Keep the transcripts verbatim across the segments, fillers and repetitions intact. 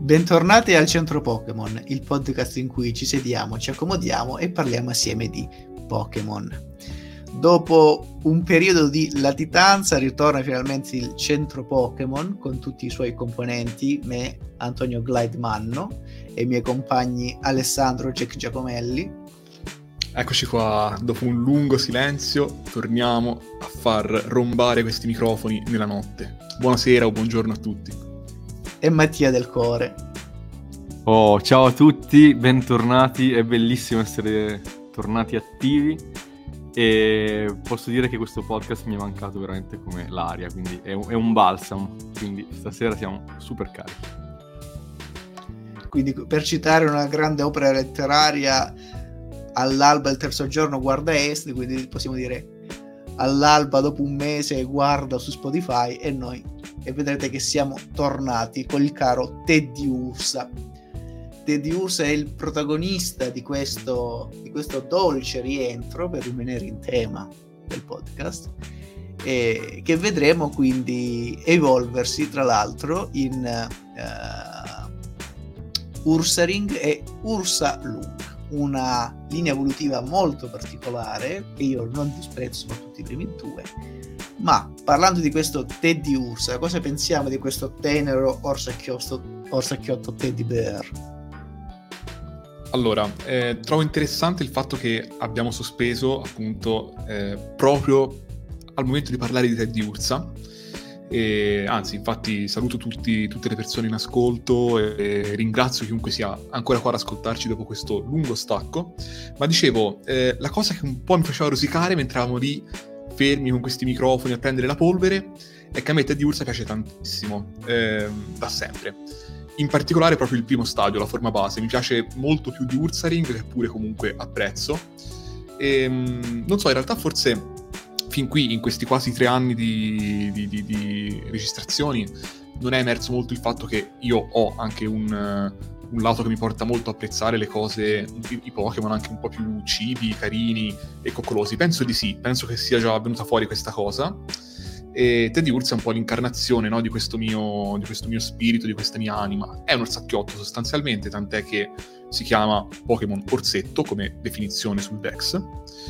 Bentornati al Centro Pokémon, il podcast in cui ci sediamo, ci accomodiamo e parliamo assieme di Pokémon. Dopo un periodo di latitanza ritorna finalmente il Centro Pokémon con tutti i suoi componenti, me, Antonio Glidemanno, e i miei compagni Alessandro Jack Giacomelli. Eccoci qua, dopo un lungo silenzio torniamo a far rombare questi microfoni nella notte. Buonasera o buongiorno a tutti. E Mattia Del Core. Oh, ciao a tutti, bentornati, è bellissimo essere tornati attivi e posso dire che questo podcast mi è mancato veramente come l'aria, quindi è un, è un balsamo, quindi stasera siamo super carichi. Quindi, per citare una grande opera letteraria, all'alba il terzo giorno guarda est, quindi possiamo dire all'alba dopo un mese guarda su Spotify e noi e vedrete che siamo tornati con il caro Teddy Ursa. Teddy Ursa è il protagonista di questo, di questo dolce rientro, per rimanere in tema del podcast, e che vedremo quindi evolversi tra l'altro in uh, Ursaring e Ursaluna, una linea evolutiva molto particolare che io non disprezzo, soprattutto i primi due. Ma parlando di questo Teddy Ursa, cosa pensiamo di questo tenero orsacchiotto, orsacchiotto Teddy Bear? Allora, eh, trovo interessante il fatto che abbiamo sospeso appunto eh, proprio al momento di parlare di Teddy Ursa. E, anzi, infatti saluto tutti, tutte le persone in ascolto e ringrazio chiunque sia ancora qua ad ascoltarci dopo questo lungo stacco. Ma dicevo, eh, la cosa che un po' mi faceva rosicare mentre eravamo lì fermi con questi microfoni a prendere la polvere è che a me Teddy Ursa piace tantissimo, eh, da sempre. In particolare proprio il primo stadio, la forma base, mi piace molto più di Ursaring, che pure comunque apprezzo. E, non so, in realtà forse fin qui, in questi quasi tre anni di, di, di, di registrazioni, non è emerso molto il fatto che io ho anche un, un lato che mi porta molto a apprezzare le cose, i, i Pokémon anche un po' più cibi, carini e coccolosi. Penso di sì, penso che sia già venuta fuori questa cosa. E Teddy Ursa è un po' l'incarnazione, no, di questo mio di questo mio spirito, di questa mia anima. È un orsacchiotto sostanzialmente, tant'è che si chiama Pokémon Orsetto come definizione sul Dex.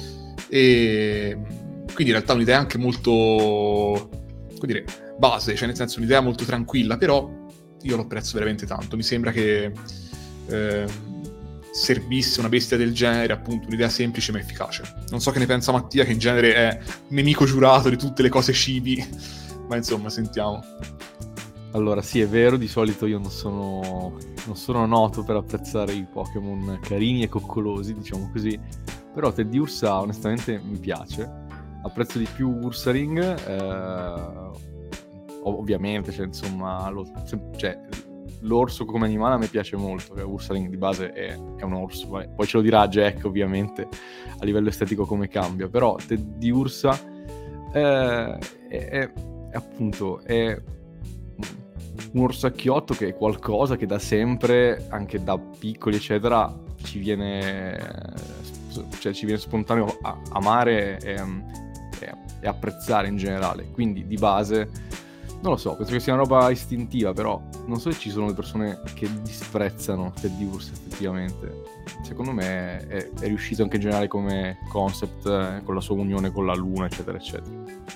E quindi in realtà è un'idea anche molto, come dire, base, cioè nel senso un'idea molto tranquilla, però io lo apprezzo veramente tanto. Mi sembra che eh, servisse una bestia del genere, appunto un'idea semplice ma efficace. Non so che ne pensa Mattia, che in genere è nemico giurato di tutte le cose cibi, ma insomma, sentiamo. Allora, sì, è vero, di solito io non sono, non sono noto per apprezzare i Pokémon carini e coccolosi, diciamo così, però Teddy Ursa onestamente mi piace. Apprezzo di più Ursaring, eh, ovviamente, cioè, insomma, lo, cioè, l'orso come animale a me piace molto, cioè, Ursaring di base è, è un orso, vabbè. Poi ce lo dirà Jack ovviamente a livello estetico come cambia, però Teddy Ursa eh, è, è, è appunto è un orsacchiotto che è qualcosa che da sempre, anche da piccoli eccetera, ci viene, cioè ci viene spontaneo a, amare e, e, e apprezzare in generale, quindi di base non lo so, penso che sia una roba istintiva, però non so se ci sono le persone che disprezzano Teddy Ursa effettivamente. Secondo me è, è riuscito anche in generale come concept, eh, con la sua unione con la luna eccetera eccetera.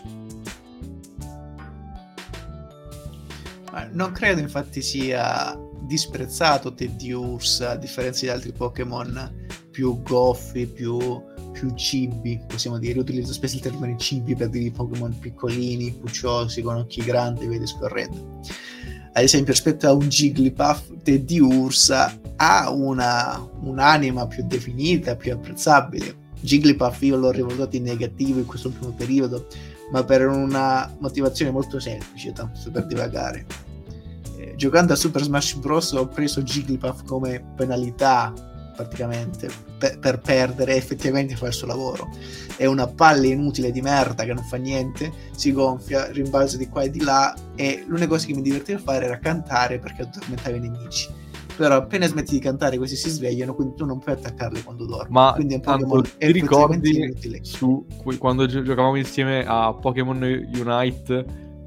Non credo infatti sia disprezzato Teddy Ursa, a differenza di altri Pokémon più goffi, più, più cibi, possiamo dire. Utilizzo spesso il termine cibi per dire i Pokémon piccolini, pucciosi, con occhi grandi e via discorrendo. Ad esempio, rispetto a un Jigglypuff, Teddy Ursa ha una un'anima più definita, più apprezzabile. Jigglypuff io l'ho rivalutato in negativo in questo primo periodo, ma per una motivazione molto semplice, tanto per divagare. Eh, giocando a Super Smash Bros. Ho preso Jigglypuff come penalità, praticamente, per, per perdere e effettivamente fa il suo lavoro. È una palla inutile di merda che non fa niente, si gonfia, rimbalza di qua e di là, e l'unica cosa che mi divertiva fare era cantare perché addormentava i nemici. Però appena smetti di cantare questi si svegliano, quindi tu non puoi attaccarli quando dormi. Ma quindi è un tanto Pokémon ti ricordi inutile. su, quando gi- giocavamo insieme a Pokémon Unite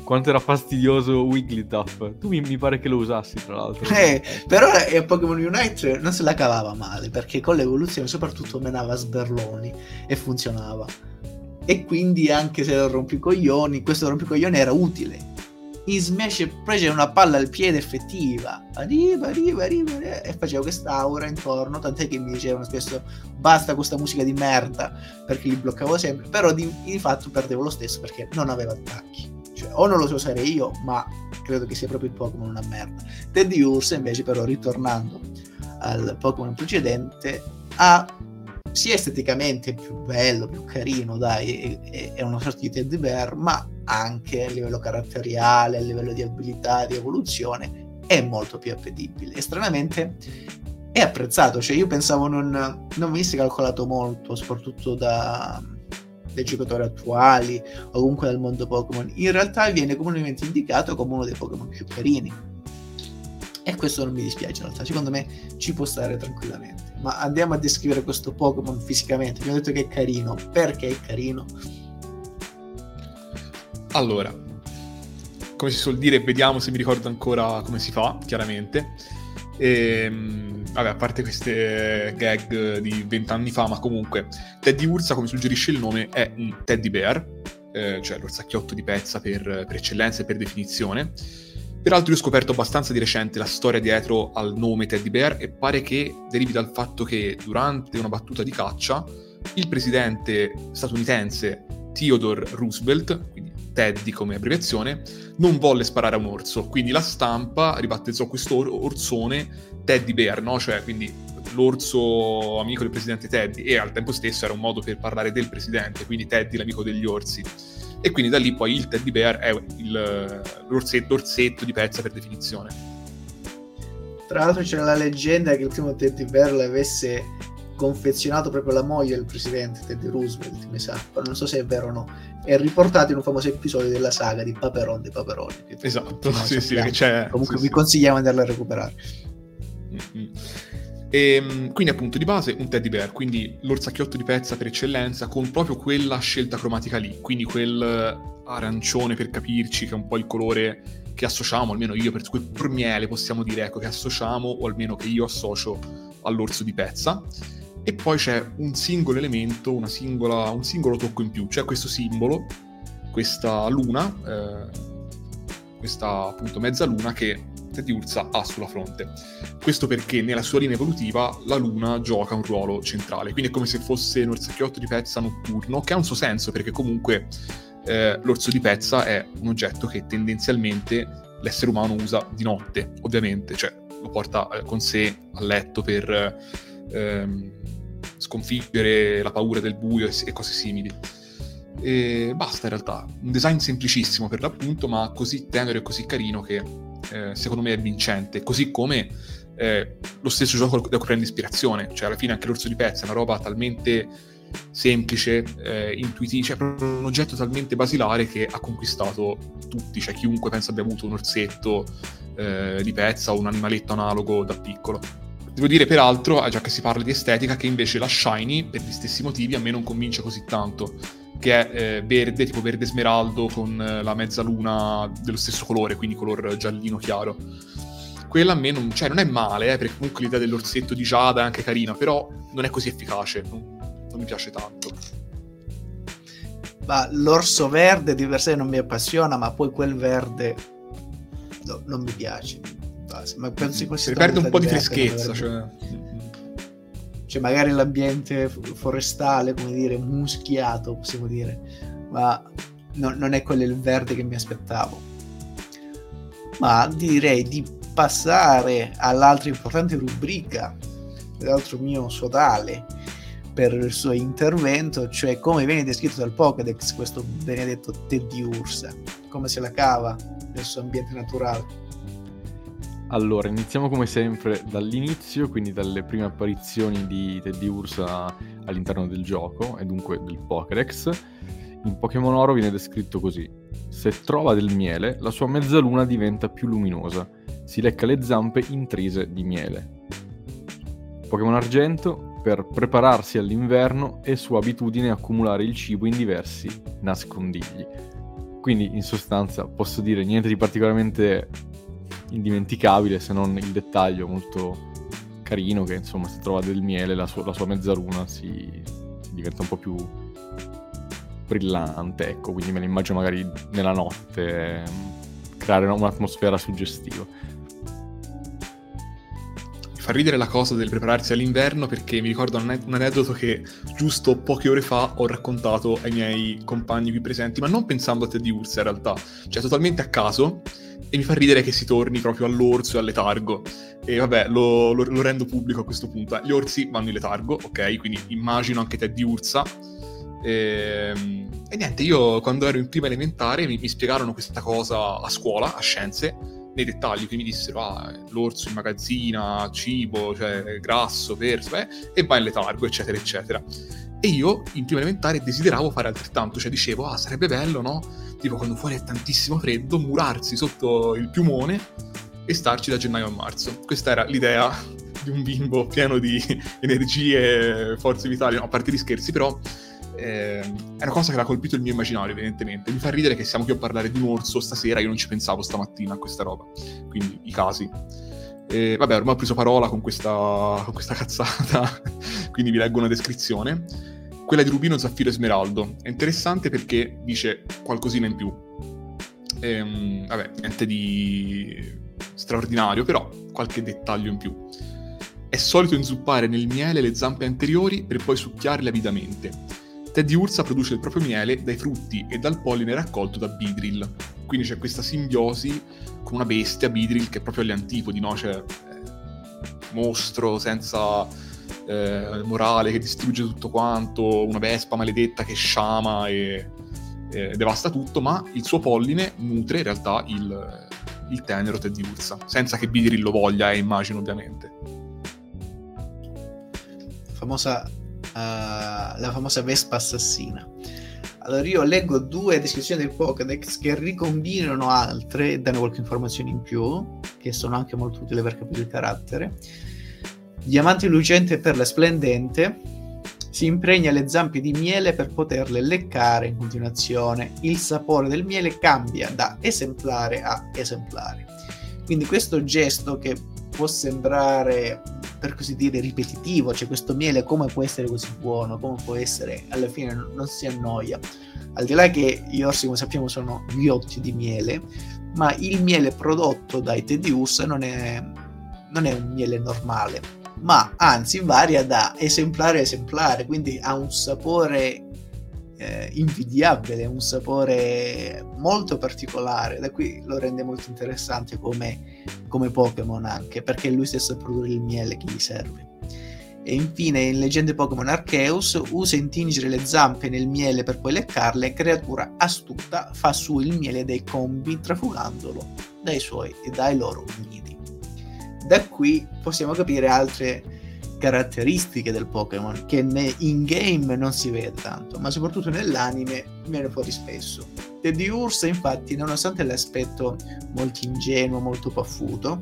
quanto era fastidioso Wigglytuff. Tu mi, mi pare che lo usassi, tra l'altro. Eh, però eh, Pokémon Unite non se la cavava male, perché con l'evoluzione soprattutto menava sberloni e funzionava. E quindi anche se era rompicoglioni, questo rompicoglioni era utile. In Smash prese una palla al piede effettiva, arriva, arriva, arriva, e faceva quest'aura intorno, tant'è che mi dicevano spesso basta questa musica di merda, perché li bloccavo sempre, però di, di fatto perdevo lo stesso perché non aveva attacchi. Cioè, o non lo so usare io, ma credo che sia proprio il Pokémon una merda. Teddiursa invece, però, ritornando al Pokémon precedente, ha sia esteticamente più bello, più carino, dai, è, è una sorta di Teddy Bear, ma anche a livello caratteriale, a livello di abilità, di evoluzione, è molto più appetibile. E stranamente è apprezzato, cioè io pensavo non, non venisse calcolato molto, soprattutto da, dai giocatori attuali o comunque dal mondo Pokémon. In realtà viene comunemente indicato come uno dei Pokémon più carini. E questo non mi dispiace in realtà, secondo me ci può stare tranquillamente. Ma andiamo a descrivere questo Pokémon fisicamente. Abbiamo detto che è carino. Perché è carino? Allora, come si suol dire, vediamo se mi ricordo ancora come si fa, chiaramente. E, vabbè, a parte queste gag di vent'anni fa, ma comunque Teddiursa, come suggerisce il nome, è un teddy bear, eh, cioè l'orsacchiotto di pezza per, per eccellenza e per definizione. Peraltro io ho scoperto abbastanza di recente la storia dietro al nome Teddy Bear e pare che derivi dal fatto che durante una battuta di caccia il presidente statunitense Theodore Roosevelt, quindi Teddy come abbreviazione, non volle sparare a un orso, quindi la stampa ribattezzò questo or- orsone Teddy Bear, no? Cioè quindi l'orso amico del presidente Teddy, e al tempo stesso era un modo per parlare del presidente, quindi Teddy l'amico degli orsi. E quindi da lì poi il Teddy Bear è il, l'orsetto, l'orsetto di pezza per definizione. Tra l'altro c'era la leggenda che il primo Teddy Bear l'avesse confezionato proprio la moglie del presidente Teddy Roosevelt, mi sa, però non so se è vero o no. È riportato in un famoso episodio della saga di Paperon dei Paperoni. Esatto, sì, sì, c'è. Comunque sì, vi sì. consigliamo di andarla a recuperare. Mm-hmm. E, quindi appunto di base un Teddy Bear, quindi l'orsacchiotto di pezza per eccellenza, con proprio quella scelta cromatica lì, quindi quel arancione per capirci, che è un po' il colore che associamo, almeno io per quel pur miele possiamo dire, ecco, che associamo, o almeno che io associo all'orso di pezza. E poi c'è un singolo elemento, una singola, un singolo tocco in più, cioè questo simbolo, questa luna, eh, questa appunto mezzaluna che Teddiursa ha sulla fronte. Questo perché nella sua linea evolutiva la luna gioca un ruolo centrale, quindi è come se fosse un orsacchiotto di pezza notturno, che ha un suo senso perché comunque eh, l'orso di pezza è un oggetto che tendenzialmente l'essere umano usa di notte, ovviamente, cioè lo porta eh, con sé a letto per ehm, sconfiggere la paura del buio e, e cose simili. E basta in realtà, un design semplicissimo per l'appunto, ma così tenero e così carino che Eh, secondo me è vincente, così come eh, lo stesso gioco da cui prende ispirazione, cioè alla fine anche l'orso di pezza è una roba talmente semplice, eh, intuitiva, cioè proprio un oggetto talmente basilare che ha conquistato tutti, cioè chiunque pensa abbia avuto un orsetto eh, di pezza o un animaletto analogo da piccolo. Devo dire peraltro, già che si parla di estetica, che invece la Shiny, per gli stessi motivi, a me non convince così tanto, che è eh, verde, tipo verde smeraldo, con eh, la mezzaluna dello stesso colore, quindi color giallino chiaro. Quella a me non, cioè, non è male, eh, perché comunque l'idea dell'orsetto di giada è anche carina, però non è così efficace, non, non mi piace tanto. Ma l'orso verde di per sé non mi appassiona, ma poi quel verde no, non mi piace. Ma penso che si perde un po' di freschezza, cioè... cioè magari l'ambiente forestale, come dire, muschiato, possiamo dire, ma no, non è quello il verde che mi aspettavo. Ma direi di passare all'altra importante rubrica, l'altro mio sodale per il suo intervento, cioè come viene descritto dal Pokédex questo benedetto Teddiursa, come se la cava nel suo ambiente naturale. Allora, iniziamo come sempre dall'inizio, quindi dalle prime apparizioni di Teddiursa all'interno del gioco, e dunque del Pokédex. In Pokémon Oro viene descritto così: se trova del miele, la sua mezzaluna diventa più luminosa, si lecca le zampe intrise di miele. Pokémon Argento, per prepararsi all'inverno, è sua abitudine accumulare il cibo in diversi nascondigli. quindi in sostanza posso dire niente di particolarmente indimenticabile, se non il dettaglio molto carino che insomma si trova del miele, la sua, la sua mezzaluna si, si diventa un po' più brillante, ecco, quindi me la immagino magari nella notte, creare un'atmosfera suggestiva. Fa ridere la cosa del prepararsi all'inverno, perché mi ricordo un, un aneddoto che giusto poche ore fa ho raccontato ai miei compagni qui presenti, ma non pensando a Teddy Ursa in realtà, cioè totalmente a caso, e mi fa ridere che si torni proprio all'orso e al letargo. E vabbè, lo, lo, lo rendo pubblico a questo punto. Gli orsi vanno in letargo, ok? Quindi immagino anche Teddy Ursa. E, e niente, io quando ero in prima elementare mi, mi spiegarono questa cosa a scuola, a scienze, nei dettagli, che mi dissero, ah, l'orso immagazzina cibo, cioè grasso, perso, eh, e va in letargo, eccetera, eccetera. E io, in prima elementare, desideravo fare altrettanto, cioè dicevo, ah, sarebbe bello, no? Tipo, quando fuori è tantissimo freddo, murarsi sotto il piumone e starci da gennaio a marzo. Questa era l'idea di un bimbo pieno di energie, forze vitali, no, a parte gli scherzi, però eh, è una cosa che ha colpito il mio immaginario, evidentemente. Mi fa ridere che siamo qui a parlare di un orso stasera, io non ci pensavo stamattina a questa roba, quindi i casi. E, vabbè, ormai ho preso parola con questa, con questa cazzata, quindi vi leggo una descrizione. Quella di Rubino, Zaffiro e Smeraldo è interessante perché dice qualcosina in più. Ehm, vabbè, niente di straordinario, però qualche dettaglio in più. È solito inzuppare nel miele le zampe anteriori per poi succhiarle avidamente. Teddy Ursa produce il proprio miele dai frutti e dal polline raccolto da Beedrill. Quindi c'è questa simbiosi con una bestia, Beedrill, che è proprio agli antipodi, no? Cioè, eh, mostro senza eh, morale, che distrugge tutto quanto, una vespa maledetta che sciama e eh, devasta tutto, ma il suo polline nutre in realtà il, il tenero Teddy Ursa, senza che Beedrill lo voglia, eh, immagino, ovviamente. Famosa... Uh, la famosa vespa assassina. Allora io leggo due descrizioni del Pokédex che ricombinano altre e danno qualche informazione in più, che sono anche molto utili per capire il carattere. Diamante lucente e perla splendente. Si impregna le zampe di miele per poterle leccare in continuazione. Il sapore del miele cambia da esemplare a esemplare. Quindi questo gesto, che può sembrare, per così dire, ripetitivo, cioè questo miele come può essere così buono, come può essere, alla fine non si annoia, al di là che gli orsi, come sappiamo, sono ghiotti di miele, ma il miele prodotto dai Teddy Ursa non è, non è un miele normale, ma anzi varia da esemplare a esemplare, quindi ha un sapore eh, invidiabile, un sapore molto particolare, da qui lo rende molto interessante come, come Pokémon, anche perché è lui stesso a produrre il miele che gli serve. E infine in Leggende Pokémon Arceus usa intingere le zampe nel miele per poi leccarle, creatura astuta fa su il miele dai combi trafugandolo dai suoi e dai loro nidi. Da qui possiamo capire altre caratteristiche del Pokémon che in game non si vede tanto, ma soprattutto nell'anime viene fuori spesso. Teddy Ursa, infatti, nonostante l'aspetto molto ingenuo, molto paffuto,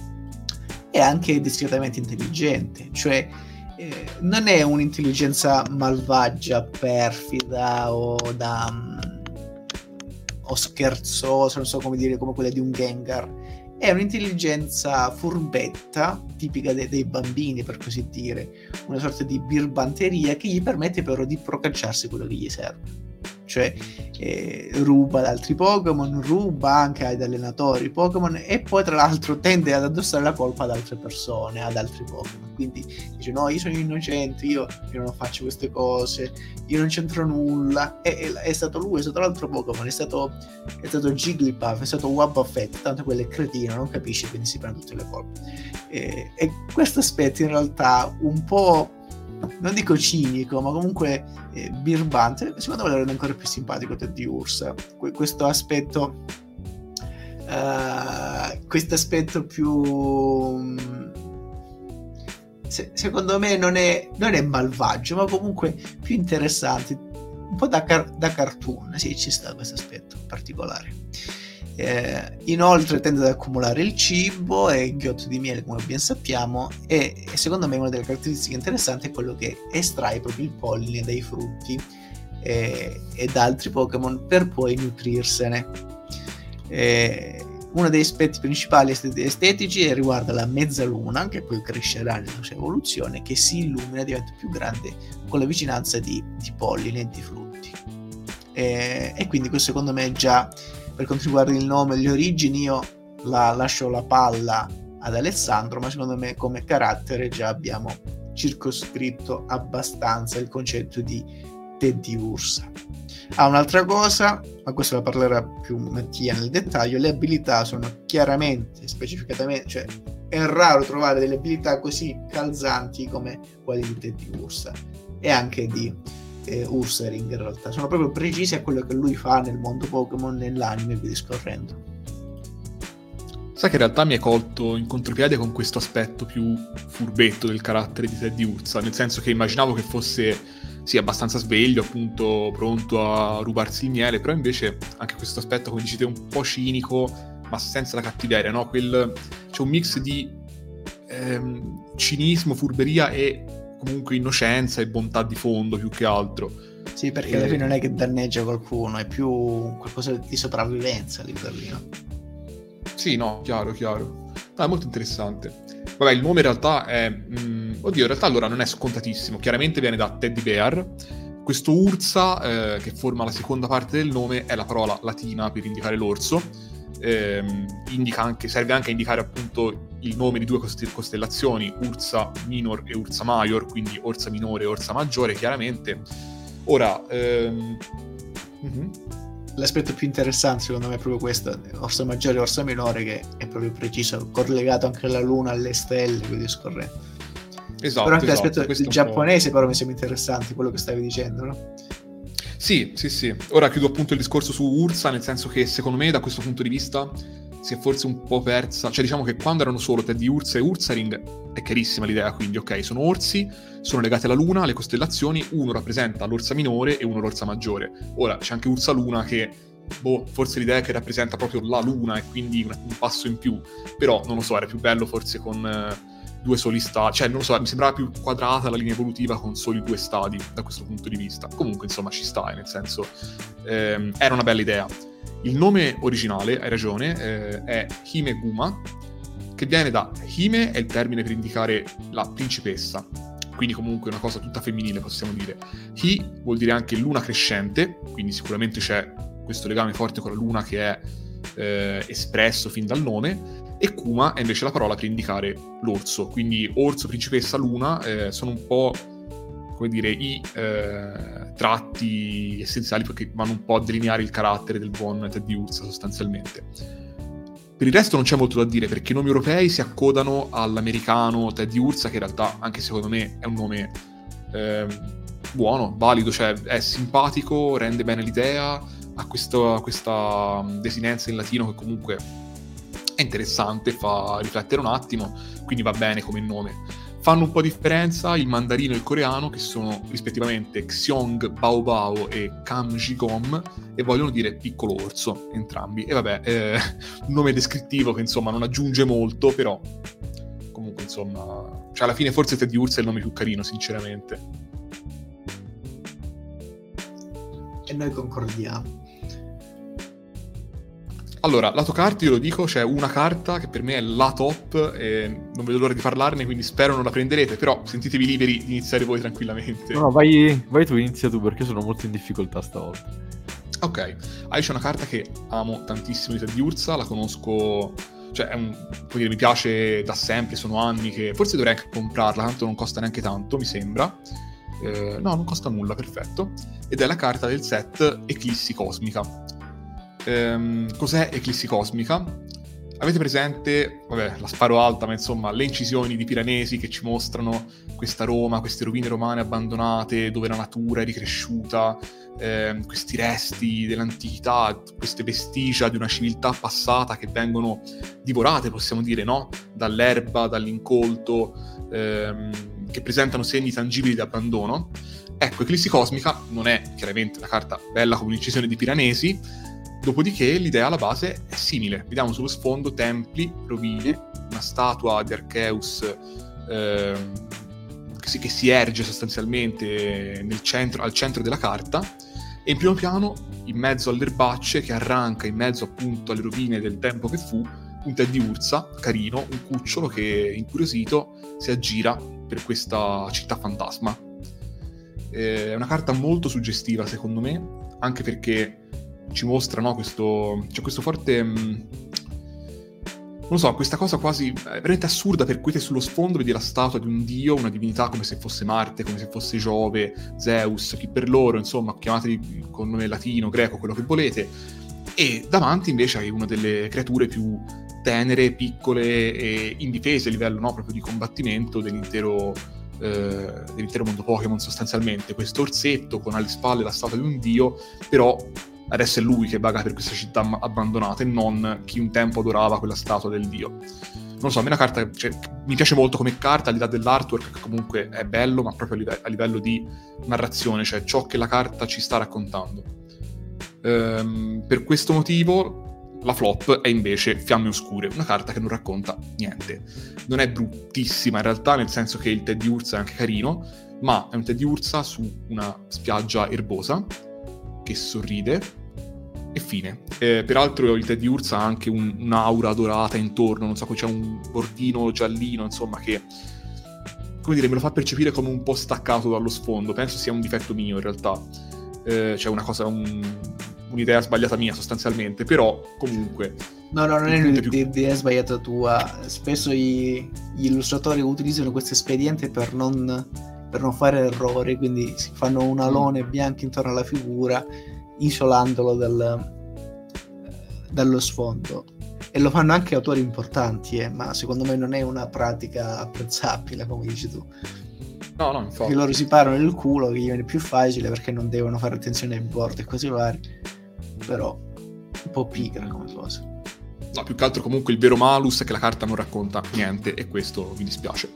è anche discretamente intelligente, cioè eh, non è un'intelligenza malvagia, perfida o da um, o scherzosa, non so come dire, come quella di un Gengar. È un'intelligenza furbetta, tipica de- dei bambini, per così dire, una sorta di birbanteria che gli permette però di procacciarsi quello che gli serve. Cioè eh, ruba da altri Pokémon, ruba anche ad allenatori Pokémon e poi tra l'altro tende ad addossare la colpa ad altre persone, ad altri Pokémon. Quindi dice no, io sono innocente, io, io non faccio queste cose, io non c'entro nulla. E, e, è stato lui, è stato l'altro Pokémon, è stato, è stato Jigglypuff, è stato Wobbuffet, tanto quello è cretino, non capisce, quindi si prende tutte le colpe. E, e questo aspetto in realtà un po', non dico cinico, ma comunque eh, birbante, secondo me lo rende ancora più simpatico Teddy Ursa. Que- questo aspetto uh, questo aspetto più se- secondo me non è, non è malvagio, ma comunque più interessante, un po' da, car- da cartoon. Sì, ci sta questo aspetto particolare. Eh, inoltre tende ad accumulare il cibo e il ghiotto di miele, come ben sappiamo, e, e secondo me una delle caratteristiche interessanti è quello che estrae proprio il polline dai frutti e, ed altri Pokémon per poi nutrirsene. E uno degli aspetti principali estetici riguarda la mezzaluna, che poi crescerà nella sua evoluzione, che si illumina e diventa più grande con la vicinanza di, di polline e di frutti. E, e quindi questo secondo me già, per quanto riguarda il nome e le origini, io la, lascio la palla ad Alessandro, ma secondo me come carattere già abbiamo circoscritto abbastanza il concetto di Teddiursa. Ah, un'altra cosa, ma questo la parlerà più Mattia nel dettaglio, le abilità sono chiaramente, specificatamente, cioè è raro trovare delle abilità così calzanti come quelle di Teddiursa e anche di eh, Ursaring. In realtà sono proprio precise a quello che lui fa nel mondo Pokémon, nell'anime e via discorrendo. Sai che in realtà mi hai colto in contropiede con questo aspetto più furbetto del carattere di Teddiursa, nel senso che immaginavo che fosse sì, abbastanza sveglio, appunto, pronto a rubarsi il miele, però invece anche questo aspetto, come dicete, un po' cinico, ma senza la cattiveria, no? Quel, c'è un mix di ehm, cinismo, furberia e comunque innocenza e bontà di fondo, più che altro. Sì, perché e... alla fine non è che danneggia qualcuno, è più qualcosa di sopravvivenza lì per lì, no? Sì, no, chiaro, chiaro. No, è molto interessante. Vabbè, il nome in realtà è... Mh, oddio, in realtà allora non è scontatissimo. Chiaramente viene da Teddy Bear. Questo Ursa, eh, che forma la seconda parte del nome, è la parola latina per indicare l'orso. Eh, indica anche, serve anche a indicare appunto il nome di due cost- costellazioni, Ursa Minor e Ursa Major, quindi Orsa Minore e Orsa Maggiore, chiaramente. Ora... Ehm... Uh-huh. L'aspetto più interessante secondo me è proprio questo, Orsa Maggiore e Orsa Minore, che è proprio preciso, collegato anche alla luna, alle stelle, quindi discorrendo. Esatto, però anche esatto, l'aspetto giapponese però mi sembra interessante, quello che stavi dicendo, no? Sì, sì, sì. Ora chiudo appunto il discorso su Ursa, nel senso che secondo me da questo punto di vista si è forse un po' persa, cioè diciamo che quando erano solo Teddiursa e Ursaring è chiarissima l'idea, quindi ok, sono orsi, sono legati alla luna, alle costellazioni, uno rappresenta l'orsa minore e uno l'orsa maggiore. Ora c'è anche Ursa Luna che, boh, forse l'idea è che rappresenta proprio la luna e quindi un, un passo in più, però non lo so, era più bello forse con eh, due soli stadi, cioè non lo so, mi sembrava più quadrata la linea evolutiva con soli due stadi da questo punto di vista. Comunque insomma ci sta, nel senso ehm, era una bella idea. Il nome originale, hai ragione, eh, è Hime Guma, che viene da Hime, è il termine per indicare la principessa, quindi comunque una cosa tutta femminile possiamo dire. Hi vuol dire anche luna crescente, quindi sicuramente c'è questo legame forte con la luna che è eh, espresso fin dal nome, e Kuma è invece la parola per indicare l'orso, quindi orso, principessa, luna eh, sono un po', come dire, i eh, tratti essenziali perché vanno un po' a delineare il carattere del buon Teddiursa sostanzialmente. Per il resto non c'è molto da dire, perché i nomi europei si accodano all'americano Teddiursa, che in realtà anche secondo me è un nome eh, buono, valido, cioè è simpatico, rende bene l'idea, ha questo, questa desinenza in latino che comunque è interessante, fa riflettere un attimo, quindi va bene come nome. Fanno un po' differenza il mandarino e il coreano, che sono rispettivamente Xiong Bao Bao e Kam Jigom, e vogliono dire piccolo orso, entrambi. E vabbè, eh, un nome descrittivo che insomma non aggiunge molto, però comunque insomma, cioè alla fine forse Teddiursa è il nome più carino, sinceramente. E noi concordiamo. Allora, lato carte io lo dico, c'è una carta che per me è la top e non vedo l'ora di parlarne, quindi spero non la prenderete, però sentitevi liberi di iniziare voi tranquillamente. No, no, vai, vai tu, inizia tu, perché sono molto in difficoltà stavolta. Ok, ah, c'è una carta che amo tantissimo di Teddiursa, la conosco, cioè è un, puoi dire, mi piace da sempre, sono anni che forse dovrei anche comprarla, tanto non costa neanche tanto, mi sembra. Eh, no, non costa nulla, perfetto. Ed è la carta del set Eclissi Cosmica. Um, cos'è Eclissi Cosmica? Avete presente, vabbè, la sparo alta, ma insomma, le incisioni di Piranesi che ci mostrano questa Roma, queste rovine romane abbandonate, dove la natura è ricresciuta, eh, questi resti dell'antichità, queste vestigia di una civiltà passata che vengono divorate, possiamo dire, no? Dall'erba, dall'incolto, ehm, che presentano segni tangibili di abbandono. Ecco, Eclissi Cosmica non è chiaramente una carta bella come l'incisione di Piranesi. Dopodiché l'idea alla base è simile. Vediamo sullo sfondo templi, rovine, una statua di Arceus eh, che, si, che si erge sostanzialmente nel centro, al centro della carta, E in primo piano, in mezzo alle erbacce, che arranca in mezzo appunto alle rovine del tempo che fu, un Teddy Ursa, carino, un cucciolo che, incuriosito, si aggira per questa città fantasma. È una carta molto suggestiva, secondo me, anche perché ci mostra, no, questo, c'è questo forte... Mh, non so, questa cosa quasi veramente assurda, per cui te sullo sfondo vedi la statua di un dio, una divinità, come se fosse Marte, come se fosse Giove, Zeus, chi per loro, insomma, chiamateli con nome latino, greco, quello che volete, e davanti invece hai una delle creature più tenere, piccole e indifese a livello, no, proprio di combattimento dell'intero, eh, dell'intero mondo Pokémon sostanzialmente. Questo orsetto con alle spalle la statua di un dio, però adesso è lui che vaga per questa città abbandonata e non chi un tempo adorava quella statua del dio. Non lo so, a me la carta, cioè, mi piace molto come carta, al di là dell'artwork, che comunque è bello, ma proprio a livello, a livello di narrazione, cioè ciò che la carta ci sta raccontando. Ehm, per questo motivo la flop è invece Fiamme Oscure, una carta che non racconta niente. Non è bruttissima in realtà, nel senso che il Teddy Ursa è anche carino, ma è un Teddy Ursa su una spiaggia erbosa che sorride e fine. Eh, peraltro il Teddy Ursa ha anche un, un'aura dorata intorno, non so, c'è un bordino giallino, insomma, che, come dire, me lo fa percepire come un po' staccato dallo sfondo. Penso sia un difetto mio in realtà, eh, c'è una cosa, un, un'idea sbagliata mia sostanzialmente, però comunque... No, no, non è un'idea sbagliata tua. Spesso i, gli illustratori utilizzano questo espediente per non... per non fare errori, quindi si fanno un alone mm. bianco intorno alla figura, isolandolo dal, dallo sfondo, e lo fanno anche autori importanti, eh, ma secondo me non è una pratica apprezzabile, come dici tu. No, no, infatti. Che loro si parano il culo, che gli viene più facile perché non devono fare attenzione ai bordi e cose varie, però un po' pigra come cosa. No, più che altro comunque il vero malus è che la carta non racconta niente, e questo mi dispiace.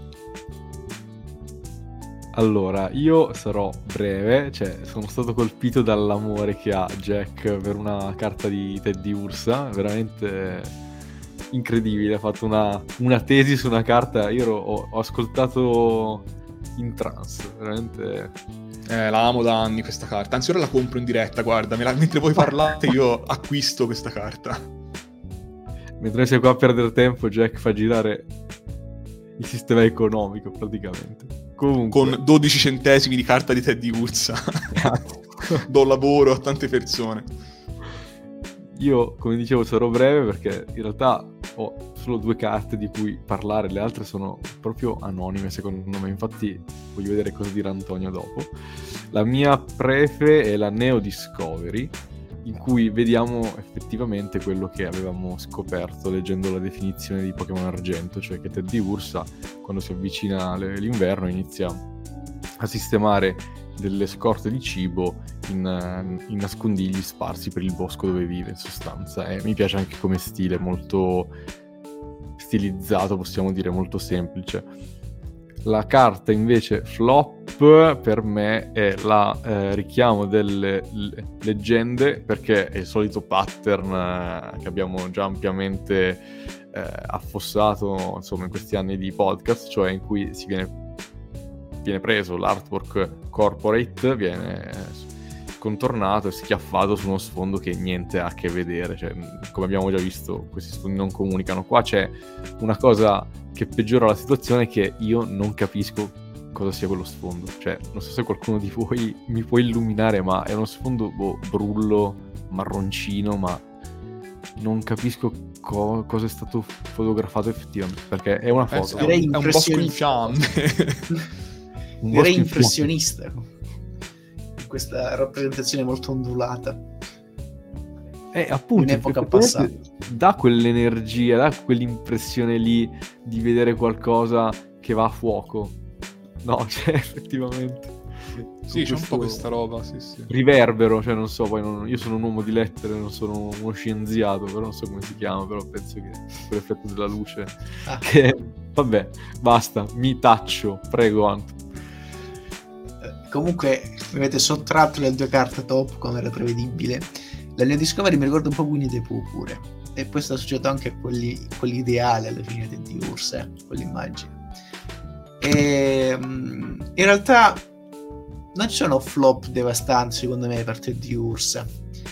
Allora, io sarò breve, cioè sono stato colpito dall'amore che ha Jack per una carta di Teddy Ursa, veramente incredibile, ha fatto una, una tesi su una carta, io ero, ho, ho ascoltato in trance, veramente... Eh, la amo da anni questa carta, anzi ora la compro in diretta, guarda, me la, mentre voi parlate io acquisto questa carta. Mentre noi siamo qua a perdere tempo, Jack fa girare il sistema economico praticamente. Comunque. Con dodici centesimi di carta di Teddy Ursa do lavoro a tante persone. Io, come dicevo, sarò breve perché in realtà ho solo due carte di cui parlare, le altre sono proprio anonime secondo me, infatti voglio vedere cosa dirà Antonio dopo. La mia prefe è la Neo Discovery, in cui vediamo effettivamente quello che avevamo scoperto leggendo la definizione di Pokémon Argento, cioè che Teddy Ursa, quando si avvicina l'inverno, inizia a sistemare delle scorte di cibo in, in nascondigli sparsi per il bosco dove vive, in sostanza. E mi piace anche come stile, molto stilizzato, possiamo dire, molto semplice. La carta invece flop per me è la eh, richiamo delle le- leggende, perché è il solito pattern eh, che abbiamo già ampiamente eh, affossato, insomma, in questi anni di podcast, cioè in cui si viene, viene preso l'artwork corporate, viene contornato e schiaffato su uno sfondo che niente ha a che vedere, cioè, come abbiamo già visto, questi sfondi non comunicano. Qua c'è una cosa che peggiora la situazione, che io non capisco cosa sia quello sfondo, cioè non so se qualcuno di voi mi può illuminare, ma è uno sfondo boh, brullo, marroncino, ma non capisco co- cosa è stato fotografato effettivamente, perché è una foto, eh, è, un, è un bosco in fiamme. Un direi impressionista questa rappresentazione molto ondulata. Eh, appunto, in epoca passata dà quell'energia, dà quell'impressione lì di vedere qualcosa che va a fuoco. No, cioè, effettivamente. Sì, c'è un po' questa roba, sì, sì. Riverbero, cioè non so, poi non, io sono un uomo di lettere, non sono uno scienziato, però non so come si chiama, però penso che quell'effetto della luce ah. che vabbè, basta, mi taccio, prego Anto. Comunque mi avete sottratto le due carte top, come era prevedibile. La Neo Discovery mi ricorda un po' Winnie the Pooh pure, e questo è associato anche a quelli, quell'ideale alla fine di Ursa, quell'immagine. E in realtà non ci sono flop devastanti secondo me per Teddy Ursa,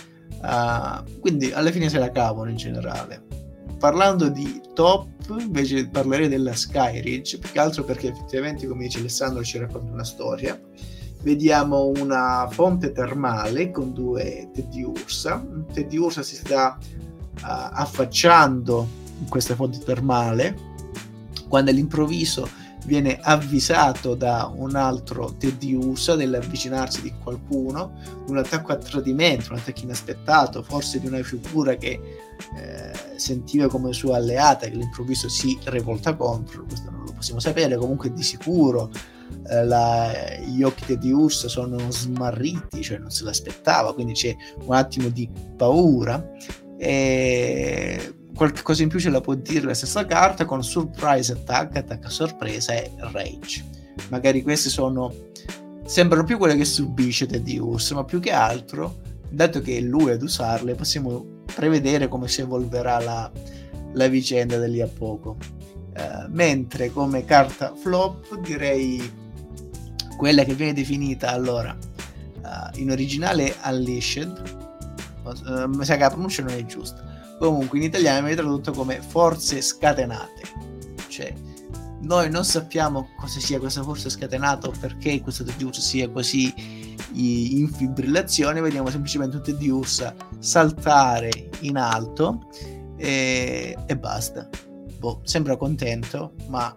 uh, quindi alla fine se la cavano in generale. Parlando di top, invece parlerei della Skyridge, più che altro perché effettivamente, come dice Alessandro, ci racconta una storia. Vediamo una fonte termale con due Teddy Ursa. Teddy Ursa si sta uh, affacciando in questa fonte termale quando all'improvviso viene avvisato da un altro Teddy Ursa dell'avvicinarsi di qualcuno, un attacco a tradimento, un attacco inaspettato, forse di una figura che eh, sentiva come sua alleata, che all'improvviso si rivolta contro. Questo non lo possiamo sapere. Comunque di sicuro eh, la, gli occhi Teddy Ursa sono smarriti, cioè non se l'aspettava, quindi c'è un attimo di paura. E qualche cosa in più ce la può dire la stessa carta con Surprise Attack, attacca sorpresa, e Rage. Magari queste sono, sembrano più quelle che subisce Teddy Ursa, ma più che altro, dato che è lui ad usarle, possiamo prevedere come si evolverà la, la vicenda da lì a poco. Uh, mentre come carta flop direi quella che viene definita, allora, uh, in originale Unleashed, uh, mi sa che la pronuncia non è giusta, comunque in italiano viene tradotto come forze scatenate, cioè noi non sappiamo cosa sia questa forza scatenata o perché questo Teddy Ursa sia così in fibrillazione. Vediamo semplicemente un Teddy Ursa saltare in alto e, e basta. Boh, sembra contento, ma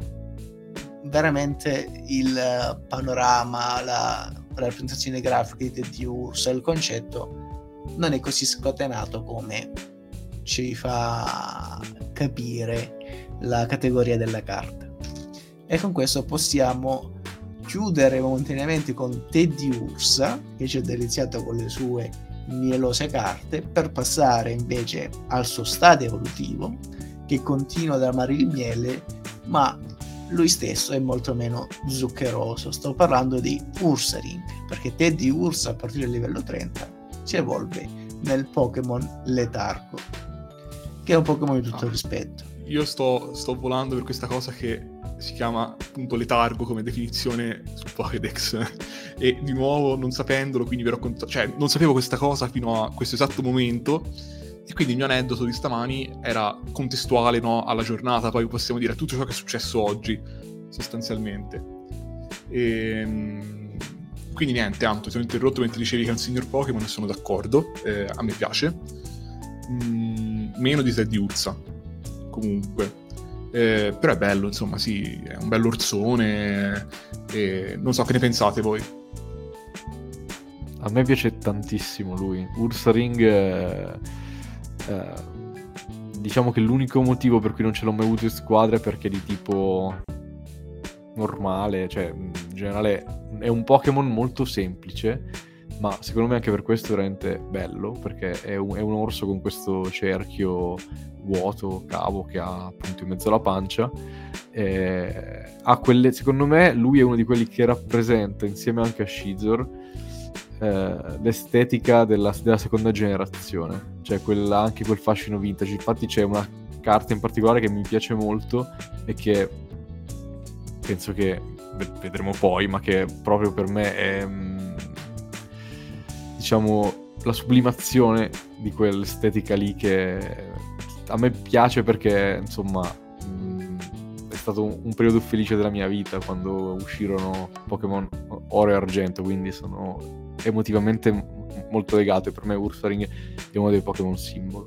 veramente il panorama, la, la rappresentazione grafica di Teddy Ursa, il concetto non è così scatenato come ci fa capire la categoria della carta. E con questo possiamo chiudere momentaneamente con Teddy Ursa, che ci ha deliziato con le sue mielose carte, per passare invece al suo stadio evolutivo, che continua ad amare il miele, ma lui stesso è molto meno zuccheroso. Sto parlando di Ursaring, perché Teddy Ursa a partire dal livello trenta si evolve nel Pokémon Letargo, che è un Pokémon di tutto ah, rispetto. Io sto, sto volando per questa cosa che si chiama appunto letargo come definizione su Pokédex e di nuovo non sapendolo, quindi vi racconto, cioè non sapevo questa cosa fino a questo esatto momento, e quindi il mio aneddoto di stamani era contestuale, no, alla giornata, poi possiamo dire a tutto ciò che è successo oggi sostanzialmente. E quindi niente, Anto, ti ho interrotto mentre dicevi che è un signor Pokémon e sono d'accordo, eh, a me piace, mm, meno di Teddy Ursa comunque. Eh, però è bello, insomma, sì, è un bell'orsone, e non so che ne pensate voi. A me piace tantissimo lui. Ursaring, eh, eh, diciamo che l'unico motivo per cui non ce l'ho mai avuto in squadra è perché è di tipo normale, cioè in generale è un Pokémon molto semplice, ma secondo me anche per questo è veramente bello, perché è un, è un orso con questo cerchio vuoto, cavo, che ha appunto in mezzo alla pancia. Eh, ha quelle, secondo me lui è uno di quelli che rappresenta, insieme anche a Scizor, eh, l'estetica della, della seconda generazione, cioè quella, anche quel fascino vintage. Infatti c'è una carta in particolare che mi piace molto e che penso che vedremo poi, ma che proprio per me è, diciamo, la sublimazione di quell'estetica lì, che a me piace perché, insomma, mh, è stato un, un periodo felice della mia vita quando uscirono Pokémon Oro e Argento, quindi sono emotivamente m- molto legato, e per me Ursaring è uno dei Pokémon simbolo.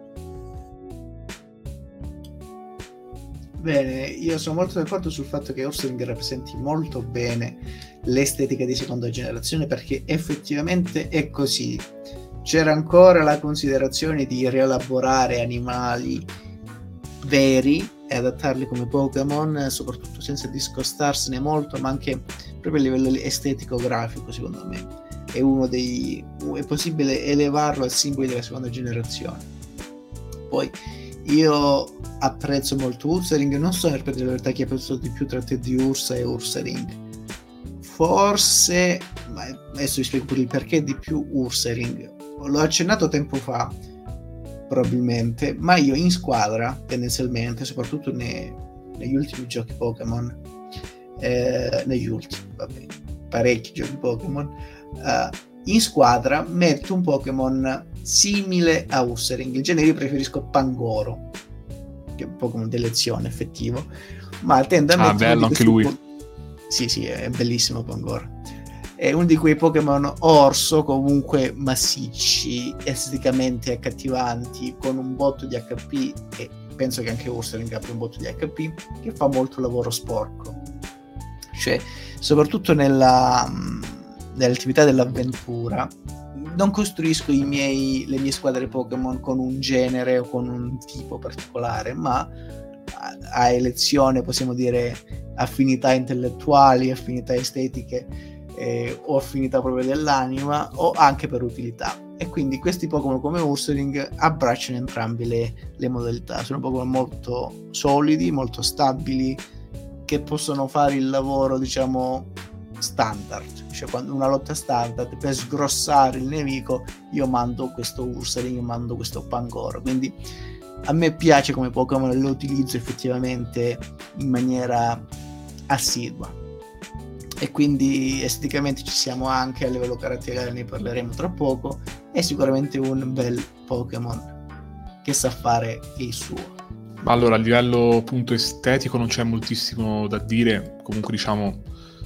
Bene, io sono molto d'accordo sul fatto che Ursaring rappresenti molto bene l'estetica di seconda generazione, perché effettivamente è così. C'era ancora la considerazione di rielaborare animali veri e adattarli come Pokémon, soprattutto senza discostarsene molto, ma anche proprio a livello estetico-grafico. Secondo me è uno dei è possibile elevarlo al simbolo della seconda generazione. Poi io apprezzo molto Ursaring, non so per dire la verità chi ha apprezzato di più tra Teddy Ursa e Ursaring. Forse, ma adesso vi spiego pure il perché di più Ursaring. L'ho accennato tempo fa, probabilmente, ma io in squadra, tendenzialmente, soprattutto nei, negli ultimi giochi Pokémon, eh, negli ultimi, vabbè, parecchi giochi Pokémon, uh, in squadra metto un Pokémon simile a Ursaring. In genere io preferisco Pangoro, che è un Pokémon d'elezione effettivo, ma tendo a ah, mettere bello anche lui po- sì sì è bellissimo Pangoro. È uno di quei Pokémon orso comunque massicci, esteticamente accattivanti, con un botto di H P, e penso che anche Ursaring abbia un botto di H P, che fa molto lavoro sporco, cioè soprattutto nella, nell'attività dell'avventura. Non costruisco i miei, le mie squadre Pokémon con un genere o con un tipo particolare, ma a, a elezione, possiamo dire, affinità intellettuali, affinità estetiche, Eh, o affinità proprio dell'anima, o anche per utilità. E quindi questi Pokémon come Ursaring abbracciano entrambe le, le modalità. Sono Pokémon molto solidi, molto stabili, che possono fare il lavoro, diciamo, standard. Cioè, quando una lotta standard, per sgrossare il nemico, io mando questo Ursaring, mando questo Pangoro. Quindi a me piace come Pokémon e lo utilizzo effettivamente in maniera assidua. E quindi esteticamente ci siamo anche, a livello caratteriale ne parleremo tra poco. È sicuramente un bel Pokémon che sa fare il suo. Allora, a livello appunto estetico non c'è moltissimo da dire, comunque diciamo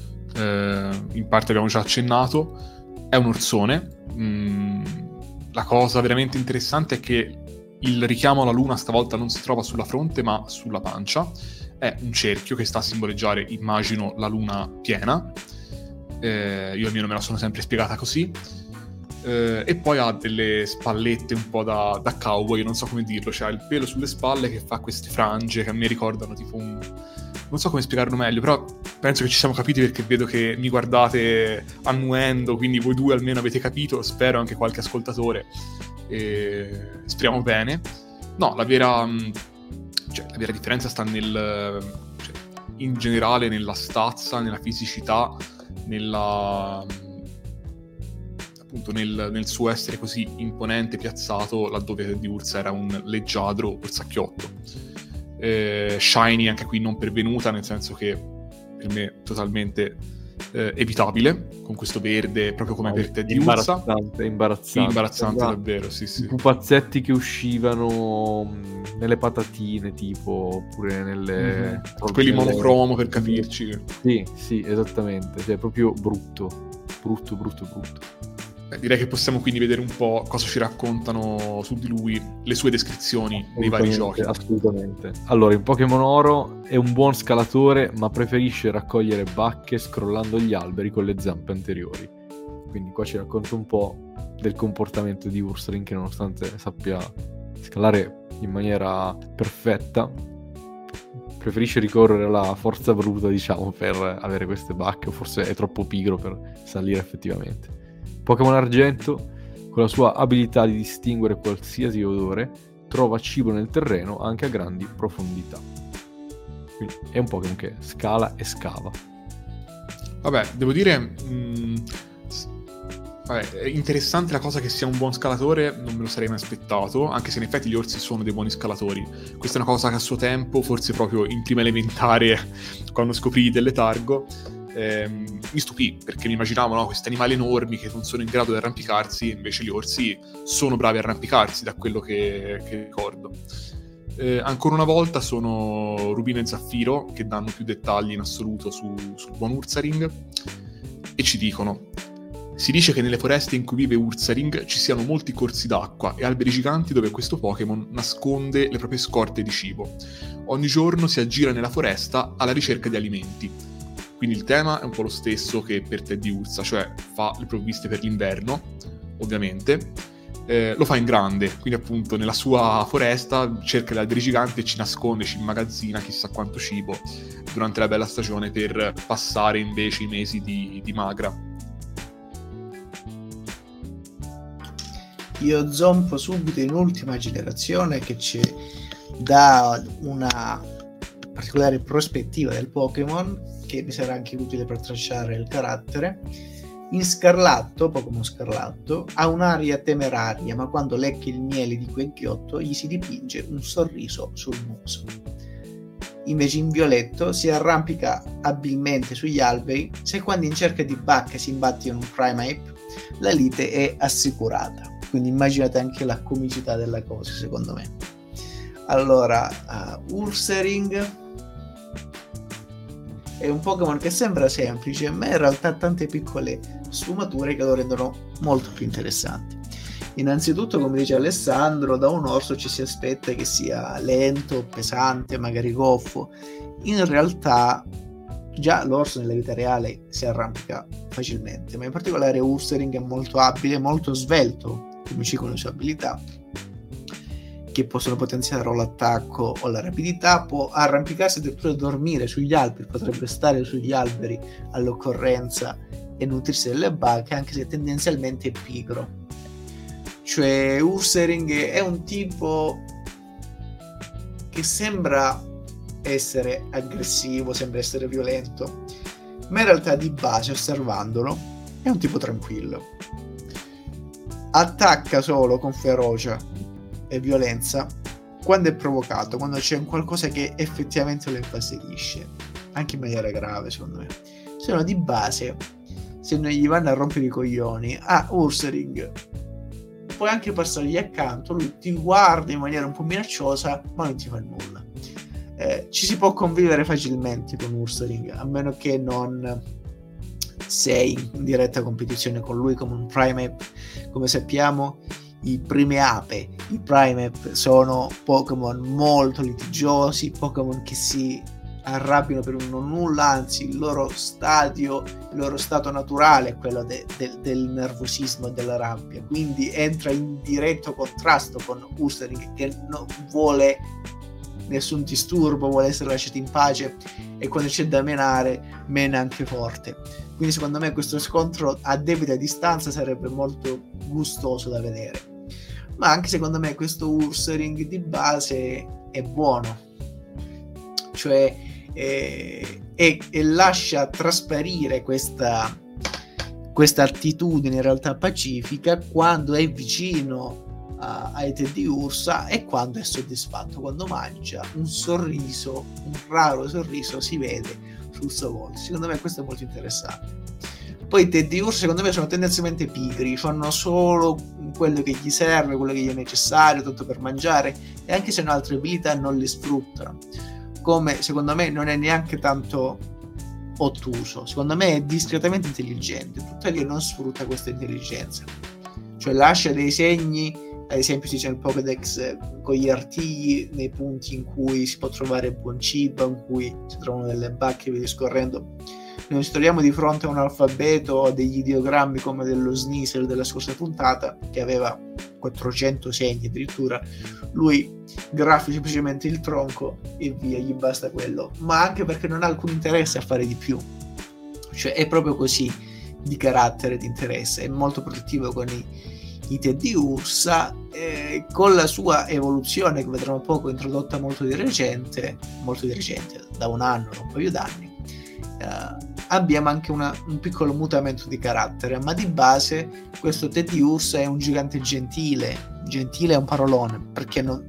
eh, in parte abbiamo già accennato. È un orsone. Mm, la cosa veramente interessante è che il richiamo alla luna stavolta non si trova sulla fronte ma sulla pancia. È un cerchio che sta a simboleggiare, immagino, la luna piena. Eh, io almeno me la sono sempre spiegata così. Eh, e poi ha delle spallette un po' da, da cowboy, non so come dirlo, cioè ha il pelo sulle spalle che fa queste frange che a me ricordano tipo un... non so come spiegarlo meglio, però penso che ci siamo capiti, perché vedo che mi guardate annuendo, quindi voi due almeno avete capito, spero anche qualche ascoltatore, e speriamo bene. No, la vera... Cioè, la vera differenza sta nel, cioè, in generale nella stazza, nella fisicità, nella appunto nel, nel suo essere così imponente, piazzato, laddove Teddy Ursa era un leggiadro orsacchiotto. Eh, shiny anche qui non pervenuta, nel senso che per me totalmente eh, evitabile, con questo verde proprio come no, per Teddy Ursa. Imbarazzante, imbarazzante. Sì, imbarazzante davvero, sì, sì. I pupazzetti che uscivano nelle patatine, tipo, oppure nelle... Mm-hmm. Quelli nelle... monocromo, per capirci. Sì, sì, esattamente. Cioè, proprio brutto. Brutto, brutto, brutto. Beh, direi che possiamo quindi vedere un po' cosa ci raccontano su di lui le sue descrizioni nei vari giochi. Assolutamente. Allora, in Pokémon Oro è un buon scalatore, ma preferisce raccogliere bacche scrollando gli alberi con le zampe anteriori. Quindi qua ci racconta un po' del comportamento di Ursaring, che nonostante sappia scalare in maniera perfetta, preferisce ricorrere alla forza bruta, diciamo, per avere queste bacche, o forse è troppo pigro per salire effettivamente. Pokémon Argento, con la sua abilità di distinguere qualsiasi odore, trova cibo nel terreno anche a grandi profondità. Quindi è un Pokémon che scala e scava. Vabbè, devo dire... Mh, vabbè, è interessante la cosa che sia un buon scalatore, non me lo sarei mai aspettato, anche se in effetti gli orsi sono dei buoni scalatori. Questa è una cosa che a suo tempo, forse proprio in prima elementare, quando scoprì del letargo, ehm, mi stupì, perché mi immaginavo, no, questi animali enormi che non sono in grado di arrampicarsi, invece gli orsi sono bravi a arrampicarsi, da quello che, che ricordo. Eh, ancora una volta sono Rubino e Zaffiro che danno più dettagli in assoluto su, sul buon Ursaring, e ci dicono: si dice che nelle foreste in cui vive Ursaring ci siano molti corsi d'acqua e alberi giganti dove questo Pokémon nasconde le proprie scorte di cibo. Ogni giorno si aggira nella foresta alla ricerca di alimenti. Quindi il tema è un po' lo stesso che per Teddy Ursa, cioè fa le provviste per l'inverno, ovviamente. Eh, lo fa in grande, quindi appunto nella sua foresta cerca gli alberi giganti e ci nasconde, ci immagazzina chissà quanto cibo durante la bella stagione, per passare invece i mesi di, di magra. Io zompo subito in ultima generazione, che ci dà una particolare prospettiva del Pokémon, che mi sarà anche utile per tracciare il carattere. In Scarlatto, Pokémon Scarlatto, ha un'aria temeraria, ma quando lecca il miele di quel ghiotto gli si dipinge un sorriso sul muso. invece in violetto si arrampica abilmente sugli alberi. Se quando in cerca di bacche si imbatte in un Primeape, la lite è assicurata. Quindi immaginate anche la comicità della cosa, secondo me. Allora, uh, Ursaring è un Pokémon che sembra semplice, ma in realtà ha tante piccole sfumature che lo rendono molto più interessante. Innanzitutto, come dice Alessandro, da un orso ci si aspetta che sia lento, pesante, magari goffo. In realtà già l'orso nella vita reale si arrampica facilmente, ma in particolare Ursaring è molto abile, molto svelto, come ci con le sue abilità, che possono potenziare o l'attacco o la rapidità. Può arrampicarsi, addirittura dormire sugli alberi, potrebbe stare sugli alberi all'occorrenza e nutrirsi delle bacche, anche se tendenzialmente è pigro. Cioè Ursaring è un tipo che sembra essere aggressivo, sembra essere violento, ma in realtà di base, osservandolo, è un tipo tranquillo. Attacca solo con ferocia e violenza quando è provocato, quando c'è un qualcosa che effettivamente lo infastidisce, anche in maniera grave secondo me. Se no, di base, se non gli vanno a rompere i coglioni a Ursaring, puoi anche passargli accanto, lui ti guarda in maniera un po' minacciosa, ma non ti fa nulla. Eh, ci si può convivere facilmente con Ursaring, a meno che non sei in diretta competizione con lui come un Primeape. Come sappiamo, i Primeape, i Primeape sono Pokémon molto litigiosi, Pokémon che si arrabbiano per un non nulla, anzi il loro stadio, il loro stato naturale è quello de, de, del nervosismo e della rabbia, quindi entra in diretto contrasto con Ursaring, che non vuole nessun disturbo, vuole essere lasciato in pace, e quando c'è da menare mena anche forte. Quindi secondo me questo scontro a debita distanza sarebbe molto gustoso da vedere. Ma anche secondo me questo Ursaring di base è buono, cioè E, e, e lascia trasparire questa questa attitudine in realtà pacifica quando è vicino a, ai Teddiursa e quando è soddisfatto, quando mangia. Un sorriso, un raro sorriso si vede sul suo volto. Secondo me questo è molto interessante. Poi i Teddiursa secondo me sono tendenzialmente pigri, fanno solo quello che gli serve, quello che gli è necessario, tanto per mangiare, e anche se hanno altre abilità non le sfruttano. Come secondo me non è neanche tanto ottuso, secondo me è discretamente intelligente, tuttavia non sfrutta questa intelligenza, cioè lascia dei segni, ad esempio si c'è il Pokédex con gli artigli nei punti in cui si può trovare buon cibo, in cui si trovano delle bacche, via discorrendo. Non ci troviamo di fronte a un alfabeto o degli ideogrammi come dello Sneasel della scorsa puntata, che aveva quattrocento segni addirittura. Lui graffi semplicemente il tronco e via, gli basta quello, ma anche perché non ha alcun interesse a fare di più, cioè è proprio così di carattere, di interesse, è molto protettivo con i, i Teddiursa, eh, con la sua evoluzione che vedremo poco, introdotta molto di recente, molto di recente, da un anno, un paio d'anni. Uh, abbiamo anche una, un piccolo mutamento di carattere, ma di base questo Teddiursa è un gigante gentile. Gentile è un parolone, perché non,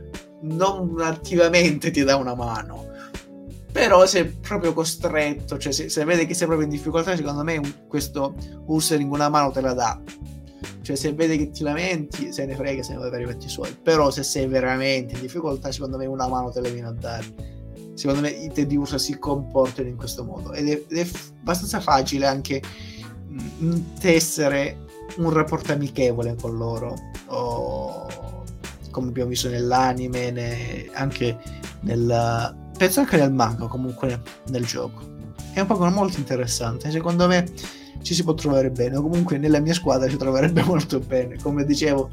non attivamente ti dà una mano, però se è proprio costretto, cioè se, se vede che sei proprio in difficoltà, secondo me un, questo Ursaring una mano te la dà. Cioè se vede che ti lamenti, se ne frega, se ne va per i fatti suoi, però se sei veramente in difficoltà, secondo me una mano te la viene a dare. Secondo me i Teddiursa si comportano in questo modo ed è, ed è f- abbastanza facile anche mh, tessere un rapporto amichevole con loro, o come abbiamo visto nell'anime, ne, anche nel, penso anche nel manga, comunque nel gioco. È un Pokémon molto interessante, secondo me ci si può trovare bene, o comunque nella mia squadra ci troverebbe molto bene. Come dicevo,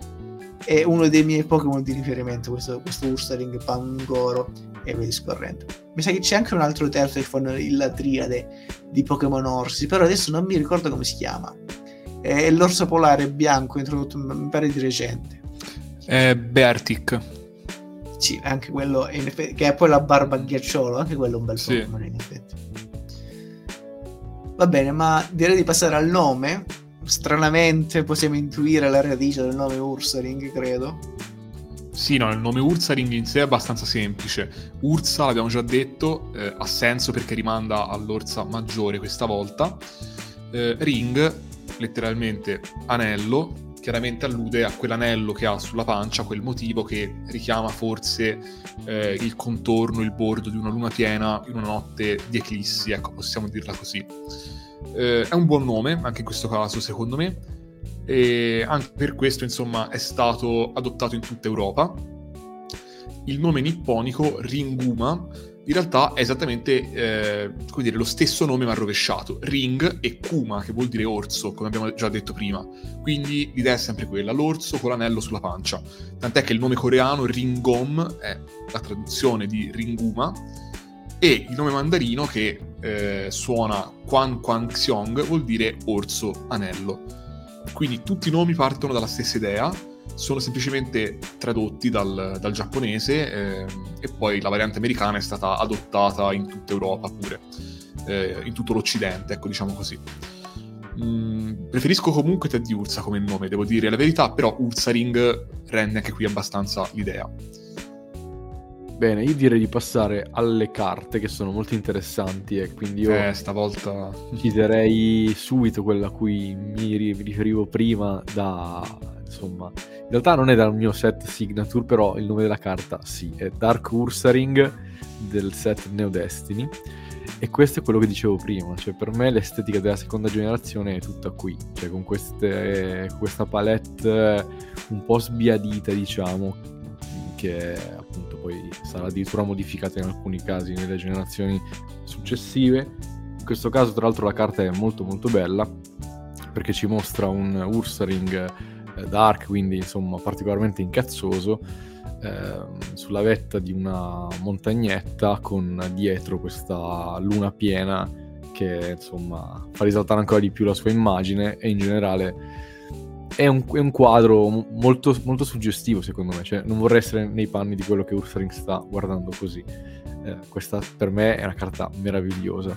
è uno dei miei Pokémon di riferimento questo, questo Ursaring, Pangoro e via discorrendo. Mi sa che c'è anche un altro terzo che fanno la triade di Pokémon orsi, però adesso non mi ricordo come si chiama. È l'orso polare bianco introdotto, mi pare di recente. È Beartic. Sì, anche quello, in effetti, che ha poi la barba a ghiacciolo, anche quello è un bel sì. Pokémon in effetti. Va bene, ma direi di passare al nome. Stranamente possiamo intuire la radice del nome Ursaring, credo. Sì, no, il nome Ursaring in sé è abbastanza semplice. Ursa, l'abbiamo già detto, eh, ha senso perché rimanda all'orsa maggiore questa volta. Eh, ring, letteralmente anello, chiaramente allude a quell'anello che ha sulla pancia, quel motivo che richiama forse eh, il contorno, il bordo di una luna piena in una notte di eclissi, ecco, possiamo dirla così. Eh, è un buon nome, anche in questo caso, secondo me. E anche per questo, insomma, è stato adottato in tutta Europa. Il nome nipponico Ringuma in realtà è esattamente eh, come dire, lo stesso nome ma rovesciato, Ring e Kuma, che vuol dire orso, come abbiamo già detto prima. Quindi l'idea è sempre quella, l'orso con l'anello sulla pancia. Tant'è che il nome coreano Ringom è la traduzione di Ringuma, e il nome mandarino, che eh, suona Quan Quan Xiong, vuol dire orso anello. Quindi tutti i nomi partono dalla stessa idea, sono semplicemente tradotti dal, dal giapponese, eh, e poi la variante americana è stata adottata in tutta Europa pure, eh, in tutto l'Occidente, ecco, diciamo così. Mm, preferisco comunque Teddy Ursa come nome, devo dire la verità, però Ursaring rende anche qui abbastanza l'idea. Bene, io direi di passare alle carte, che sono molto interessanti, e quindi io eh, stavolta citerei subito quella a cui mi riferivo prima, da insomma, in realtà non è dal mio set signature, però il nome della carta sì, è Dark Ursaring del set Neo Destiny, e questo è quello che dicevo prima, cioè per me l'estetica della seconda generazione è tutta qui, cioè con queste, questa palette un po' sbiadita, diciamo, che appunto poi sarà addirittura modificata in alcuni casi nelle generazioni successive. In questo caso, tra l'altro, la carta è molto molto bella perché ci mostra un Ursaring eh, Dark, quindi insomma particolarmente incazzoso, eh, sulla vetta di una montagnetta, con dietro questa luna piena che insomma fa risaltare ancora di più la sua immagine, e in generale È un, è un quadro molto, molto suggestivo, secondo me, cioè non vorrei essere nei panni di quello che Ursaring sta guardando così. Eh, questa per me è una carta meravigliosa.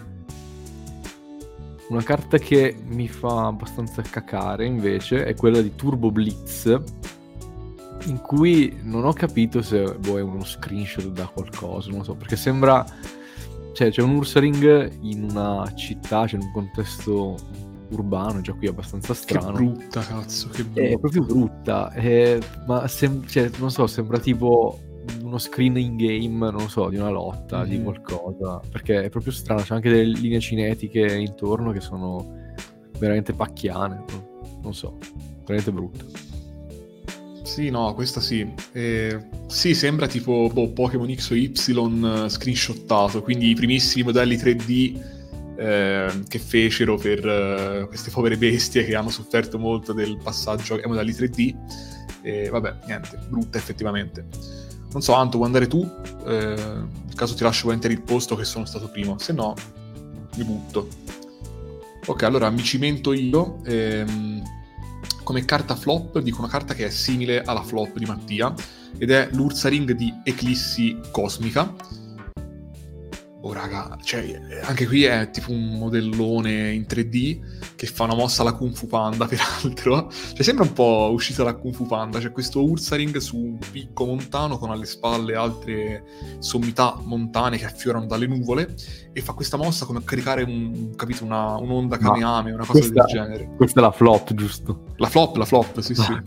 Una carta che mi fa abbastanza cacare invece è quella di Turbo Blitz, in cui non ho capito se boh, è uno screenshot da qualcosa, non lo so, perché sembra, cioè c'è un Ursaring in una città, cioè in un contesto urbano, già qui abbastanza strano. Che brutta, cazzo, che brutta. È proprio brutta, eh, ma sem- cioè, non so, sembra tipo uno screen in game, non so, di una lotta, mm-hmm. di qualcosa, perché è proprio strano, c'è anche delle linee cinetiche intorno che sono veramente pacchiane, non so, veramente brutta. Sì, no, questa sì. Eh, sì, sembra tipo boh, Pokémon X o Y uh, screenshottato, quindi i primissimi modelli tre D Eh, che fecero per uh, queste povere bestie che hanno sofferto molto del passaggio ai modelli tre D. E vabbè, niente, brutta effettivamente. Non so, Anto, vuoi andare tu? Eh, nel caso ti lascio volentieri il posto, che sono stato primo, se no mi butto. Ok, allora mi cimento io. Ehm, come carta flop dico una carta che è simile alla flop di Mattia, ed è l'Ursaring di Eclissi Cosmica. Oh raga, cioè anche qui è tipo un modellone in tre D che fa una mossa alla Kung Fu Panda, peraltro. Cioè sembra un po' uscita da Kung Fu Panda. C'è questo Ursaring su un picco montano con alle spalle altre sommità montane che affiorano dalle nuvole, e fa questa mossa come a caricare un, capito, una, un'onda Kamehameha, una cosa questa, del genere. Questa è la flop, giusto? La flop, la flop, sì sì.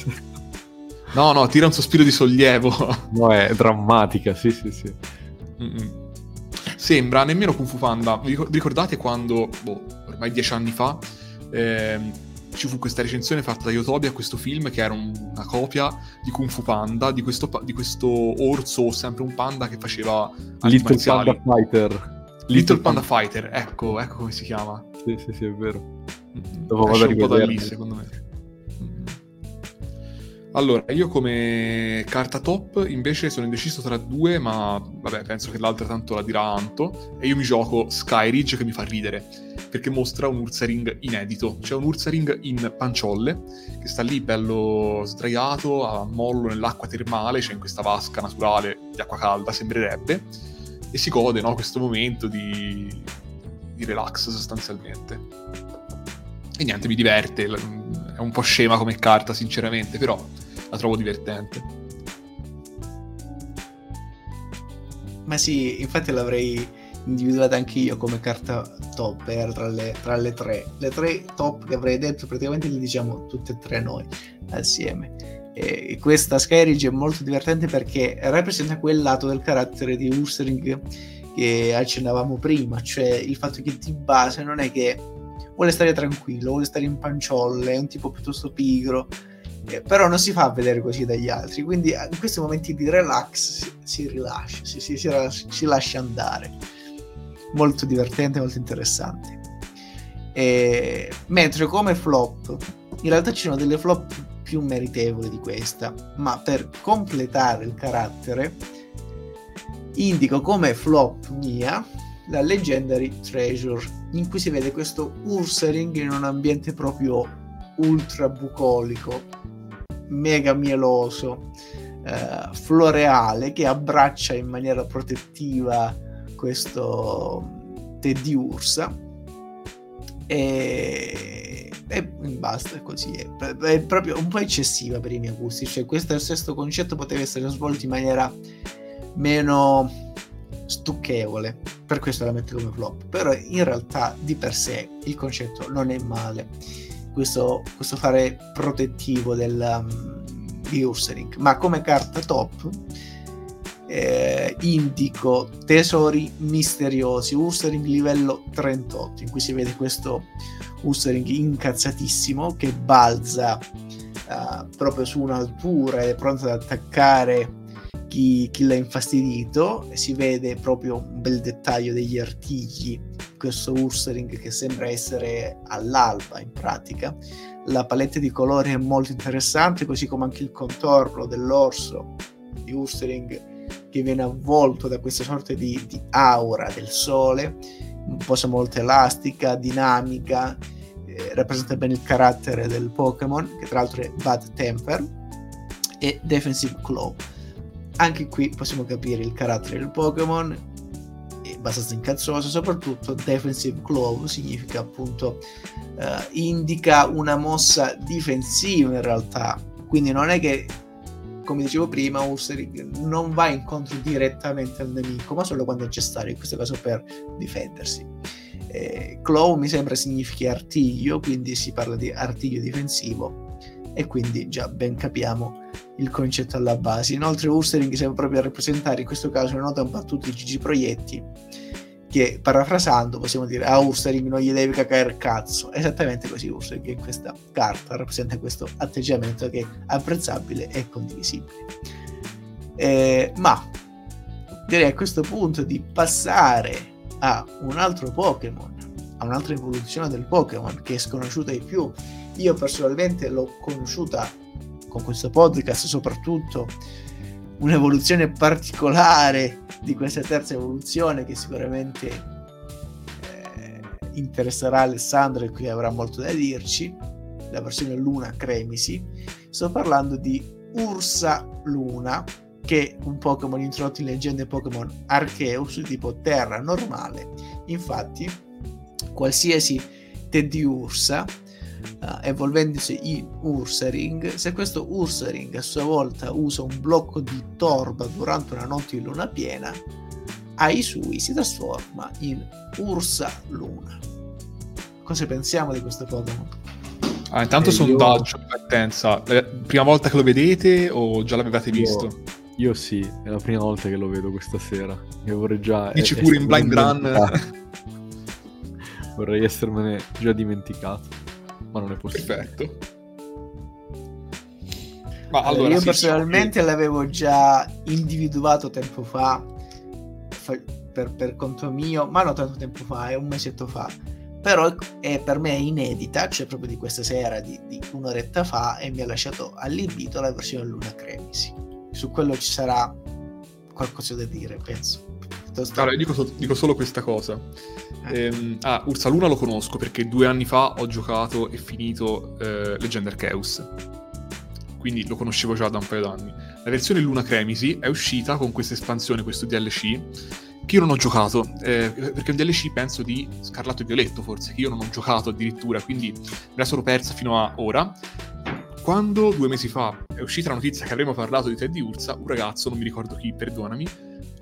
No, no, tira un sospiro di sollievo. No, è drammatica, sì sì sì. Mm-mm. Sembra nemmeno Kung Fu Panda. Vi ricordate quando, boh, ormai dieci anni fa, ehm, ci fu questa recensione fatta da Yotobi a questo film che era un, una copia di Kung Fu Panda, di questo, di questo orso o sempre un panda che faceva arti Little marziali. Panda Fighter. Little, Little Panda, Panda Fighter, ecco, ecco come si chiama. Sì, sì, sì, è vero. Mm-hmm. Dopo vado a un po' da lì, secondo me. Allora, io come carta top invece sono indeciso tra due, ma vabbè, penso che l'altra tanto la dirà Anto, e io mi gioco Skyridge, che mi fa ridere, perché mostra un Ursaring inedito. C'è un Ursaring in panciolle, che sta lì bello sdraiato, a mollo nell'acqua termale, c'è in questa vasca naturale di acqua calda, sembrerebbe, e si gode, no, questo momento di, di relax sostanzialmente. E niente, mi diverte, è un po' scema come carta sinceramente, però la trovo divertente. Ma sì, infatti l'avrei individuata anche io come carta top eh, tra, le, tra le tre. Le tre top che avrei detto praticamente le diciamo tutte e tre noi assieme. E questa Skyridge è molto divertente perché rappresenta quel lato del carattere di Ursaring che accennavamo prima, cioè il fatto che di base non è che vuole stare tranquillo, vuole stare in panciolle, è un tipo piuttosto pigro, eh, però non si fa vedere così dagli altri, quindi in questi momenti di relax si, si rilascia, si, si, si, si lascia andare. Molto divertente, molto interessante. E, mentre come flop, in realtà ci sono delle flop più meritevoli di questa, ma per completare il carattere indico come flop mia la Legendary Treasure, in cui si vede questo Ursaring in un ambiente proprio ultra bucolico, mega mieloso, eh, floreale, che abbraccia in maniera protettiva questo Teddy Ursa e, e basta, così è. È proprio un po' eccessiva per i miei gusti, cioè questo stesso concetto poteva essere svolto in maniera meno stucchevole, per questo la metto come flop, però in realtà di per sé il concetto non è male, questo, questo fare protettivo del um, di Ursaring, ma come carta top eh, indico Tesori Misteriosi, Ursaring livello trentotto, in cui si vede questo Ursaring incazzatissimo che balza uh, proprio su un'altura ed è pronto ad attaccare Chi, chi l'ha infastidito, e si vede proprio un bel dettaglio degli artigli, questo Ursaring che sembra essere all'alba in pratica. La palette di colori è molto interessante, così come anche il contorno dell'orso di Ursaring che viene avvolto da questa sorta di, di aura del sole, un po' molto elastica, dinamica, eh, rappresenta bene il carattere del Pokémon, che tra l'altro è Bad Temper, e Defensive Claw. Anche qui possiamo capire il carattere del Pokémon, è abbastanza incazzoso, soprattutto Defensive Claw significa appunto uh, indica una mossa difensiva in realtà, quindi non è che, come dicevo prima, Ursaring non va incontro direttamente al nemico, ma solo quando è necessario, in questo caso per difendersi. eh, Claw mi sembra significhi artiglio, quindi si parla di artiglio difensivo, e quindi già ben capiamo il concetto alla base. Inoltre Ursaring sembra proprio a rappresentare in questo caso una nota un po' a tutti i Gigi Proietti, che parafrasando possiamo dire a Ursaring non gli devi cacare il cazzo, esattamente così Ursaring in questa carta rappresenta questo atteggiamento che è apprezzabile e condivisibile. Eh, ma direi a questo punto di passare a un altro Pokémon, a un'altra evoluzione del Pokémon che è sconosciuta ai più. Io personalmente l'ho conosciuta con questo podcast, soprattutto un'evoluzione particolare di questa terza evoluzione che sicuramente eh, interesserà Alessandro e qui avrà molto da dirci, la versione Luna Cremisi. Sto parlando di Ursa Luna, che è un Pokémon introdotto in Leggende Pokémon Arceus tipo terra normale. Infatti qualsiasi Teddy Ursa Uh, evolvendosi in Ursaring, se questo Ursaring a sua volta usa un blocco di torba durante una notte di luna piena, ai sui si trasforma in Ursa Luna. Cosa pensiamo di questo Pokémon? Ah, intanto eh, sondaggio, io... partenza. Prima volta che lo vedete o già l'avevate io... visto? Io sì, è la prima volta che lo vedo questa sera. Io vorrei già... Dici è, pure è in blind run? Vorrei essermene già dimenticato. Ma non è possibile. Perfetto. Ma allora, allora, io sì, personalmente sì. l'avevo già individuato tempo fa, fa per, per conto mio, ma non tanto tempo fa, è un mesetto fa, però è per me inedita, cioè proprio di questa sera, di, di un'oretta fa, e mi ha lasciato allibito la versione Luna Cremisi. Su quello ci sarà qualcosa da dire, penso. Allora, io dico, so- dico solo questa cosa. Ehm, ah, Ursa Luna lo conosco perché due anni fa ho giocato e finito eh, Legend Arceus, quindi lo conoscevo già da un paio d'anni. La versione Luna Cremisi è uscita con questa espansione, questo D L C, che io non ho giocato, eh, perché è un D L C penso di Scarlatto e Violetto forse, che io non ho giocato addirittura, quindi me la sono persa fino a ora. Quando due mesi fa è uscita la notizia che avremmo parlato di Teddy Ursa, un ragazzo, non mi ricordo chi, perdonami,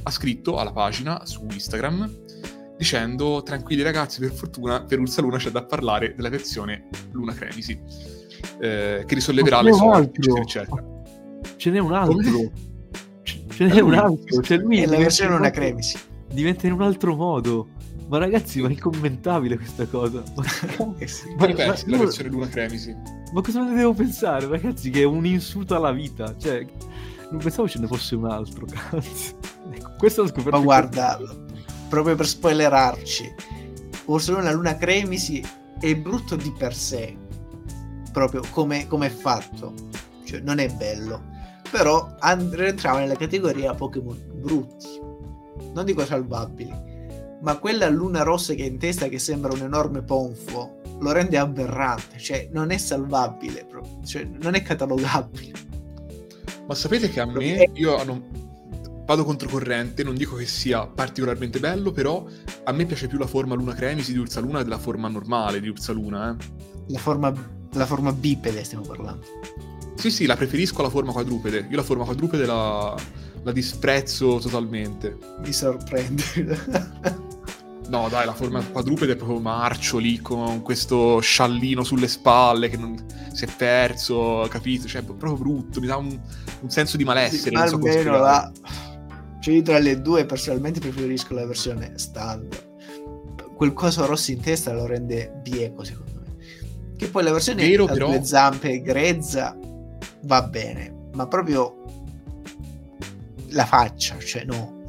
ha scritto alla pagina su Instagram dicendo: tranquilli ragazzi, per fortuna per Ursaluna c'è da parlare della versione Luna Cremisi, eh, che risolleverà le sorti, eccetera, eccetera. Ce n'è un altro. Come? Ce n'è un altro. Cioè lui è la versione Luna Cremisi. Diventa in un altro modo. Ma ragazzi, ma è incommentabile questa cosa. Ma, eh sì. ma, ma pensi della versione Luna Cremisi? Ma cosa ne devo pensare, ragazzi? Che è un insulto alla vita. Cioè, non pensavo ce ne fosse un altro, cazzo. Ecco, questo l'ho scoperto. Ma guarda, proprio per spoilerarci, Ursaluna Luna Cremisi è brutto di per sé, proprio come, come è fatto, cioè non è bello, però rientrava nella categoria Pokémon brutti, non dico salvabili, ma quella luna rossa che è in testa, che sembra un enorme ponfo, lo rende aberrante, cioè non è salvabile proprio, cioè non è catalogabile. Ma sapete che a me, io non vado controcorrente, non dico che sia particolarmente bello, però a me piace più la forma Luna Cremisi di Ursaluna della forma normale di Ursaluna, eh. La forma, la forma bipede stiamo parlando. Sì, sì, la preferisco alla forma quadrupede. Io la forma quadrupede la, la disprezzo totalmente. Mi sorprende. No, dai, la forma quadrupede è proprio marcio lì, con questo sciallino sulle spalle che non si è perso, capito? Cioè, è proprio brutto, mi dà un, un senso di malessere. Sì, non so almeno la... Cioè, io tra le due personalmente preferisco la versione standard. Quel coso rosso in testa lo rende bieco, secondo me. Che poi la versione Vero, a però... due zampe grezza va bene, ma proprio la faccia, cioè no.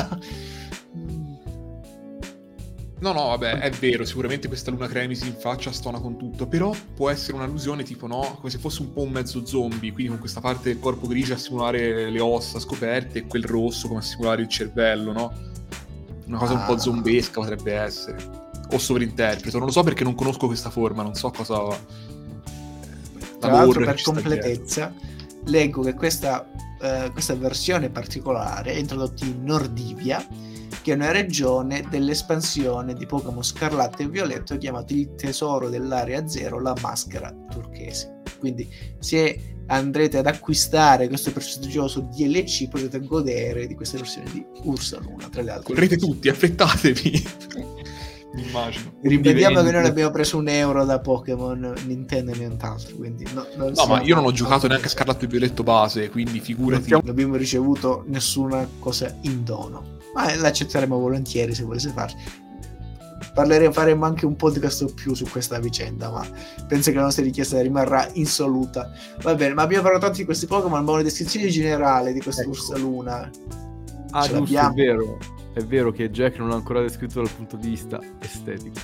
No, no, vabbè, è vero, sicuramente questa Luna Cremisi in faccia stona con tutto, però può essere un'allusione tipo, no, come se fosse un po' un mezzo zombie, quindi con questa parte del corpo grigio a simulare le ossa scoperte e quel rosso come a simulare il cervello, no? Una cosa ah. un po' zombesca potrebbe essere. O sovrinterpreto, non lo so perché non conosco questa forma, non so cosa... Tra l'altro, per completezza, leggo che questa, eh, questa versione particolare è introdotta in Nordivia, che è una regione dell'espansione di Pokémon Scarlatto e Violetto chiamato il tesoro dell'area zero, la maschera turchese. Quindi se andrete ad acquistare questo prestigioso D L C potete godere di questa versione di Ursaluna, tra le altre. Correte tutti, affrettatevi. Immagino. Ripetiamo che noi abbiamo preso un euro da Pokémon Nintendo e nient'altro, quindi no, non no ma io non ho giocato neanche a Scarlatto e Violetto base, quindi figurati. Non abbiamo ricevuto nessuna cosa in dono, ma l'accetteremo volentieri se volesse farci. Parleremo, faremo anche un podcast più su questa vicenda, ma penso che la nostra richiesta rimarrà insoluta. Va bene, ma abbiamo parlato tanto di questi Pokémon, ma una descrizione generale di questa ecco. Ursaluna. Ah, giusto, è vero. È vero che Jack non ha ancora descritto dal punto di vista estetico.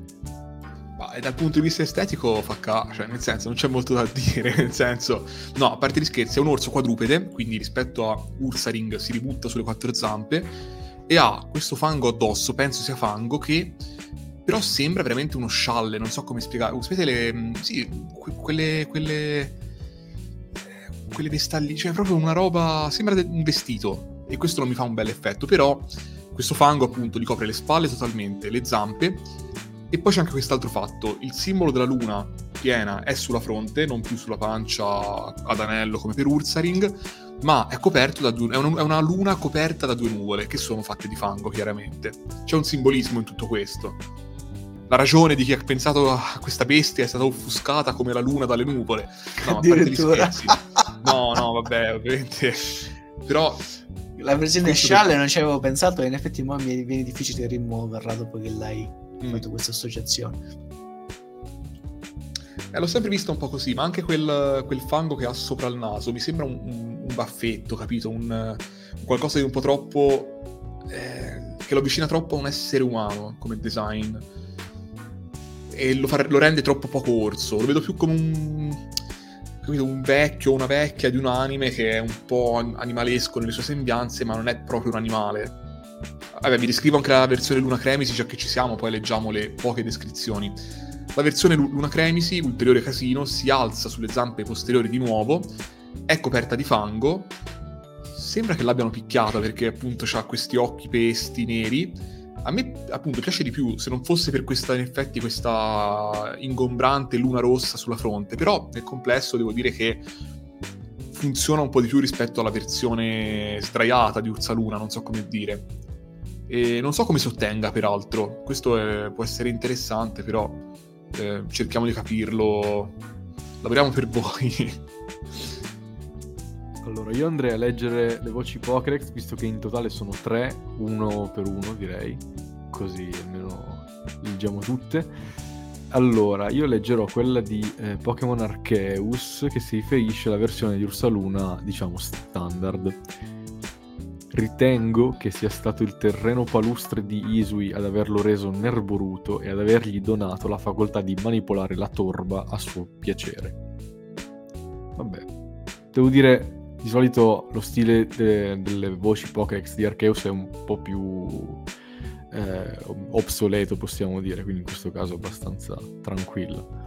Ma dal punto di vista estetico fa ca... cioè nel senso non c'è molto da dire, nel senso... No, a parte gli scherzi, è un orso quadrupede, quindi rispetto a Ursaring si ributta sulle quattro zampe e ha questo fango addosso, penso sia fango, che però sembra veramente uno scialle, non so come spiegare. Sapete le... sì, que- quelle... quelle... quelle vestalli... cioè proprio una roba... sembra un vestito, e questo non mi fa un bel effetto, però... Questo fango appunto gli copre le spalle totalmente, le zampe, e poi c'è anche quest'altro fatto: il simbolo della luna piena è sulla fronte, non più sulla pancia ad anello come per Ursaring, ma è coperto da due, è, un, è una luna coperta da due nuvole che sono fatte di fango, chiaramente. C'è un simbolismo in tutto questo. La ragione di chi ha pensato a questa bestia è stata offuscata come la luna dalle nuvole. No, a parte gli scherzi. No, no, vabbè, ovviamente. Però la versione scialle non ci avevo pensato e in effetti mo mi viene difficile rimuoverla dopo che l'hai mm. fatto questa associazione. Eh, l'ho sempre vista un po' così, ma anche quel, quel fango che ha sopra il naso mi sembra un, un, un baffetto, capito? Un, un qualcosa di un po' troppo... Eh, che lo avvicina troppo a un essere umano come design. E lo, fa, lo rende troppo poco orso. Lo vedo più come un... un vecchio o una vecchia di un anime che è un po' animalesco nelle sue sembianze, ma non è proprio un animale. Vabbè, vi descrivo anche la versione Luna Cremisi, già che ci siamo, poi leggiamo le poche descrizioni. La versione Luna Cremisi, ulteriore casino, si alza sulle zampe posteriori di nuovo, è coperta di fango, sembra che l'abbiano picchiata perché appunto ha questi occhi pesti neri. A me appunto piace di più se non fosse per questa, in effetti, questa ingombrante luna rossa sulla fronte, però nel complesso devo dire che funziona un po' di più rispetto alla versione sdraiata di Ursaluna, non so come dire. E non so come si ottenga, peraltro. Questo è, può essere interessante, però eh, cerchiamo di capirlo. Lavoriamo per voi. Allora, io andrei a leggere le voci Pokédex, visto che in totale sono tre, uno per uno, direi. Così almeno leggiamo tutte. Allora, io leggerò quella di eh, Pokémon Arceus, che si riferisce alla versione di Ursaluna, diciamo, standard. Ritengo che sia stato il terreno palustre di Hisui ad averlo reso nerboruto e ad avergli donato la facoltà di manipolare la torba a suo piacere. Vabbè, devo dire, di solito lo stile de- delle voci Pokédex di Arceus è un po' più eh, obsoleto, possiamo dire, quindi in questo caso abbastanza tranquillo.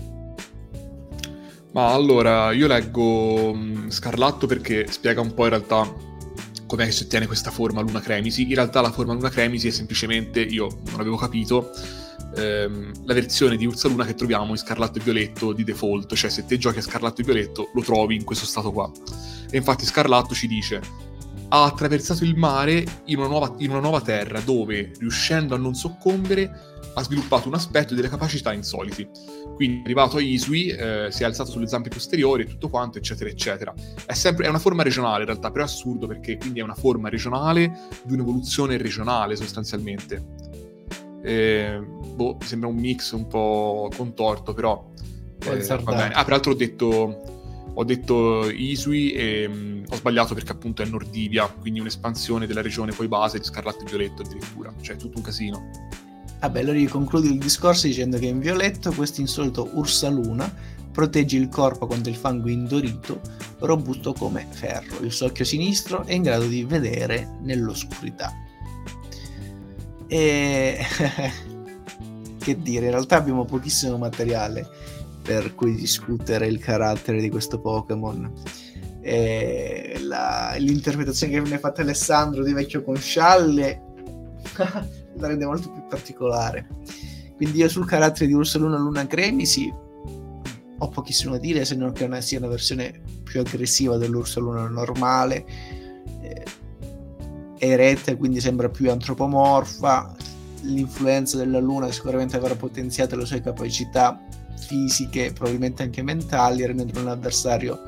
Ma allora, io leggo um, Scarlatto perché spiega un po' in realtà com'è che si ottiene questa forma Luna Cremisi. In realtà la forma Luna Cremisi è semplicemente, io non avevo capito, ehm, la versione di Ursaluna che troviamo in Scarlatto e Violetto di default, cioè se te giochi a Scarlatto e Violetto lo trovi in questo stato qua. E infatti Scarlatto ci dice: ha attraversato il mare in una nuova, in una nuova terra dove, riuscendo a non soccombere, ha sviluppato un aspetto e delle capacità insoliti. Quindi è arrivato a Hisui, eh, si è alzato sulle zampe posteriori e tutto quanto, eccetera eccetera. È sempre è una forma regionale in realtà, però è assurdo perché quindi è una forma regionale di un'evoluzione regionale sostanzialmente. Eh, boh, mi sembra un mix un po' contorto, però eh, va bene. Ah, peraltro ho detto ho detto Hisui e mh, ho sbagliato perché appunto è Nordivia, quindi un'espansione della regione poi base di Scarlatto e Violetto addirittura, cioè tutto un casino. Vabbè, allora io concludo il discorso dicendo che in Violetto questo insolito Ursaluna protegge il corpo contro il fango indorito, robusto come ferro. Il suo occhio sinistro è in grado di vedere nell'oscurità. E che dire, in realtà abbiamo pochissimo materiale per cui discutere il carattere di questo Pokémon. E la, l'interpretazione che ne ha fatta Alessandro di vecchio con scialle la rende molto più particolare. Quindi io sul carattere di Ursaluna Luna Cremisi ho pochissimo da dire, se non che una, sia una versione più aggressiva dell'Ursaluna normale, eh, è eretta, quindi sembra più antropomorfa. L'influenza della luna sicuramente avrà potenziato le sue capacità fisiche, probabilmente anche mentali, rendendo un avversario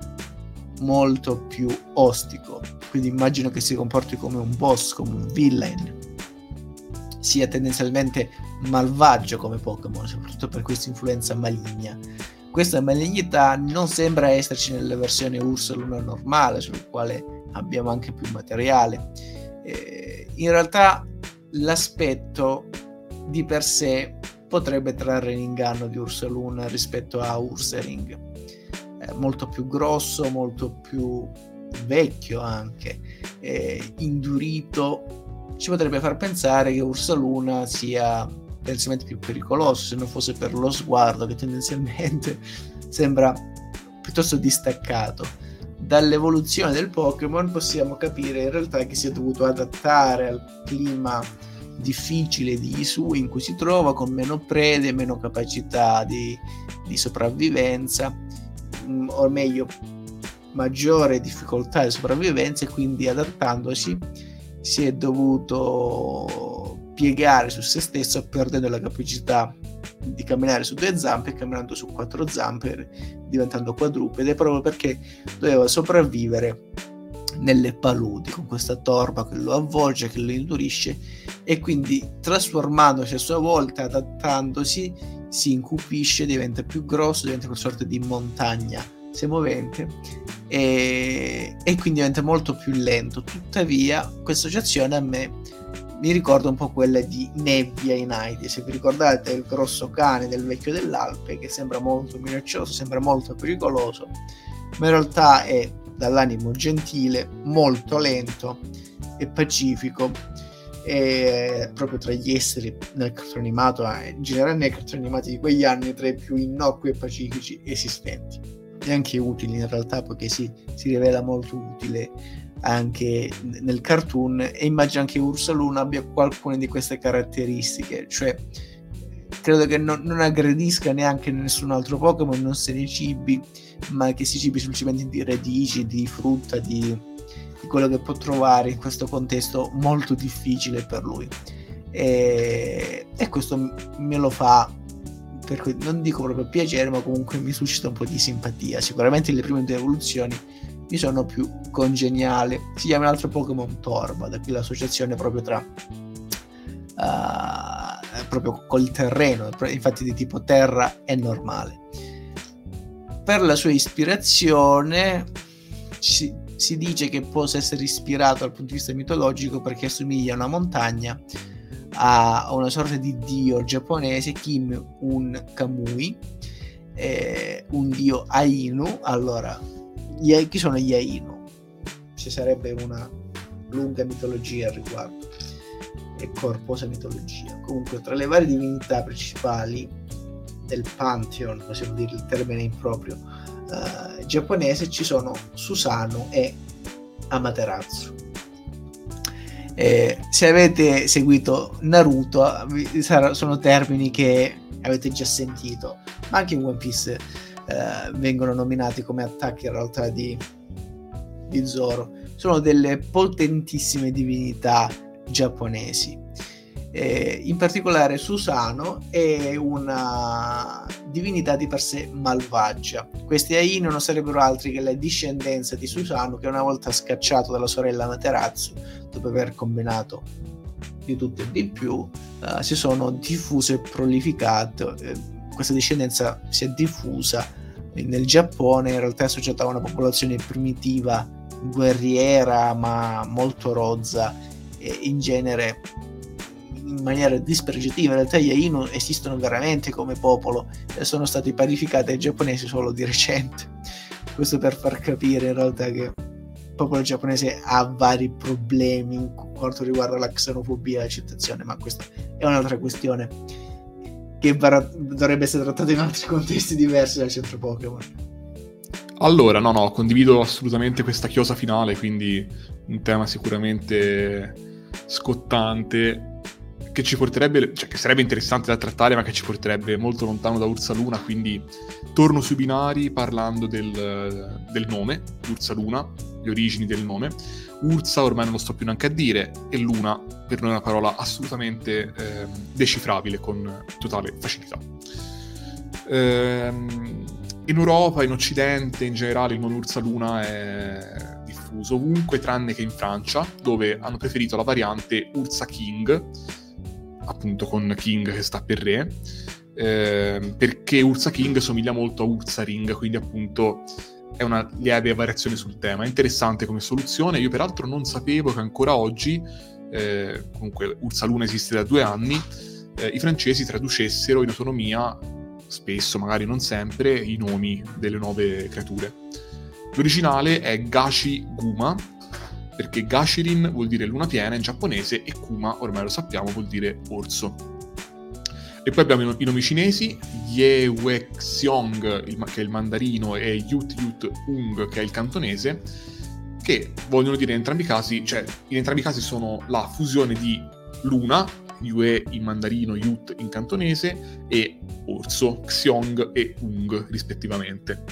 molto più ostico. Quindi immagino che si comporti come un boss, come un villain, sia tendenzialmente malvagio come Pokémon, soprattutto per questa influenza maligna. Questa malignità non sembra esserci nella versione Ursaluna normale, sul quale abbiamo anche più materiale. Eh, in realtà l'aspetto di per sé potrebbe trarre in inganno di Ursaluna rispetto a Ursaring, eh, molto più grosso, molto più vecchio anche, eh, indurito. Ci potrebbe far pensare che Ursaluna sia potenzialmente più pericoloso, se non fosse per lo sguardo che tendenzialmente sembra piuttosto distaccato. Dall'evoluzione del Pokémon possiamo capire in realtà che si è dovuto adattare al clima difficile di Hisui in cui si trova, con meno prede, meno capacità di, di sopravvivenza, o meglio maggiore difficoltà di sopravvivenza, e quindi adattandosi si è dovuto piegare su se stesso, perdendo la capacità di camminare su due zampe e camminando su quattro zampe, diventando quadrupede, proprio perché doveva sopravvivere nelle paludi con questa torba che lo avvolge, che lo indurisce, e quindi trasformandosi a sua volta, adattandosi, si incupisce, diventa più grosso, diventa una sorta di montagna semovente e, e quindi diventa molto più lento. Tuttavia questa associazione a me mi ricorda un po' quella di Nebbia in Heidi. Se vi ricordate il grosso cane del vecchio dell'Alpe, che sembra molto minaccioso, sembra molto pericoloso, ma in realtà è dall'animo gentile, molto lento e pacifico, e proprio tra gli esseri nel cartone animato, in generale nei cartoni animati di quegli anni, tra i più innocui e pacifici esistenti, e anche utili in realtà, perché si, si rivela molto utile anche nel cartoon. E immagino anche Ursaluna abbia qualcuna di queste caratteristiche, cioè credo che non, non aggredisca neanche nessun altro Pokémon, non se ne cibi, ma che si cibi semplicemente di radici, di frutta, di, di quello che può trovare in questo contesto molto difficile per lui. E, e questo me lo fa, per cui non dico proprio piacere, ma comunque mi suscita un po' di simpatia. Sicuramente le prime due evoluzioni mi sono più congeniali. Si chiama un altro Pokémon Torba, da qui l'associazione proprio tra uh, proprio col terreno, infatti di tipo terra è normale. Per la sua ispirazione si, si dice che possa essere ispirato dal punto di vista mitologico perché assomiglia a una montagna, a una sorta di dio giapponese, Kim un Kamui, eh, un dio Ainu. Allora, gli, chi sono gli Ainu? Ci sarebbe una lunga mitologia al riguardo e corposa mitologia. Comunque, tra le varie divinità principali del Pantheon, possiamo dire il termine improprio uh, giapponese, ci sono Susanoo e Amaterasu. Eh, se avete seguito Naruto, sarà, sono termini che avete già sentito, ma anche in One Piece eh, vengono nominati come attacchi in realtà di, di Zoro. Sono delle potentissime divinità giapponesi. Eh, in particolare Susanoo è una divinità di per sé malvagia. Questi Ainu non sarebbero altri che la discendenza di Susanoo, che una volta scacciato dalla sorella Amaterasu, dopo aver combinato di tutto e di più, uh, si sono diffuse e prolificate. Eh, questa discendenza si è diffusa nel Giappone, in realtà è associata a una popolazione primitiva, guerriera, ma molto rozza, e in genere in maniera dispregiativa. In realtà gli Ainu esistono veramente come popolo e sono stati parificati ai giapponesi solo di recente. Questo per far capire in realtà che il popolo giapponese ha vari problemi in quanto riguarda la xenofobia e l'accettazione, ma questa è un'altra questione che var- dovrebbe essere trattata in altri contesti diversi dal centro Pokémon. Allora, no, no, condivido assolutamente questa chiosa finale, quindi un tema sicuramente scottante, che ci porterebbe, cioè che sarebbe interessante da trattare, ma che ci porterebbe molto lontano da Ursaluna. Quindi torno sui binari parlando del, del nome di Ursaluna, le origini del nome. Ursa ormai non lo sto più neanche a dire, e Luna per noi è una parola assolutamente eh, decifrabile con totale facilità. Ehm, in Europa, in Occidente, in generale il nome Ursaluna è diffuso ovunque tranne che in Francia, dove hanno preferito la variante Ursa King, appunto con King che sta per re, eh, perché Ursa King somiglia molto a Ursaring, quindi appunto è una lieve variazione sul tema. È interessante come soluzione. Io peraltro non sapevo che ancora oggi, eh, comunque Ursaluna esiste da due anni, eh, i francesi traducessero in autonomia, spesso, magari non sempre, i nomi delle nuove creature. L'originale è Gashi Guma, perché Gashirin vuol dire luna piena in giapponese e Kuma, ormai lo sappiamo, vuol dire orso. E poi abbiamo i nomi cinesi, Ye Wexiong, che è il mandarino, e Yut Yut Ung, che è il cantonese, che vogliono dire in entrambi i casi, cioè in entrambi i casi sono la fusione di luna, Yue in mandarino, Yut in cantonese, e orso, Xiong e Ung rispettivamente.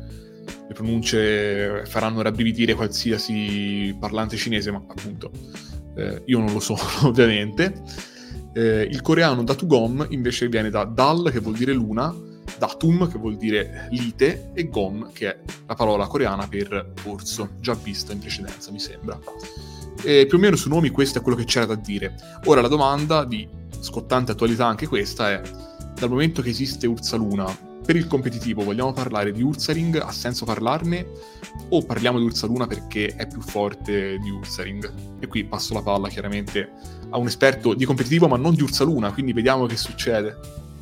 Le pronunce faranno rabbrividire qualsiasi parlante cinese, ma appunto eh, io non lo sono ovviamente. Eh, il coreano Datugom invece viene da Dal, che vuol dire luna, Datum, che vuol dire lite, e Gom, che è la parola coreana per orso, già vista in precedenza, mi sembra. E più o meno su nomi questo è quello che c'era da dire. Ora la domanda di scottante attualità anche questa è: dal momento che esiste Ursaluna, per il competitivo vogliamo parlare di Ursaring? Ha senso parlarne? O parliamo di Ursaluna perché è più forte di Ursaring? E qui passo la palla chiaramente a un esperto di competitivo, ma non di Ursaluna, quindi vediamo che succede.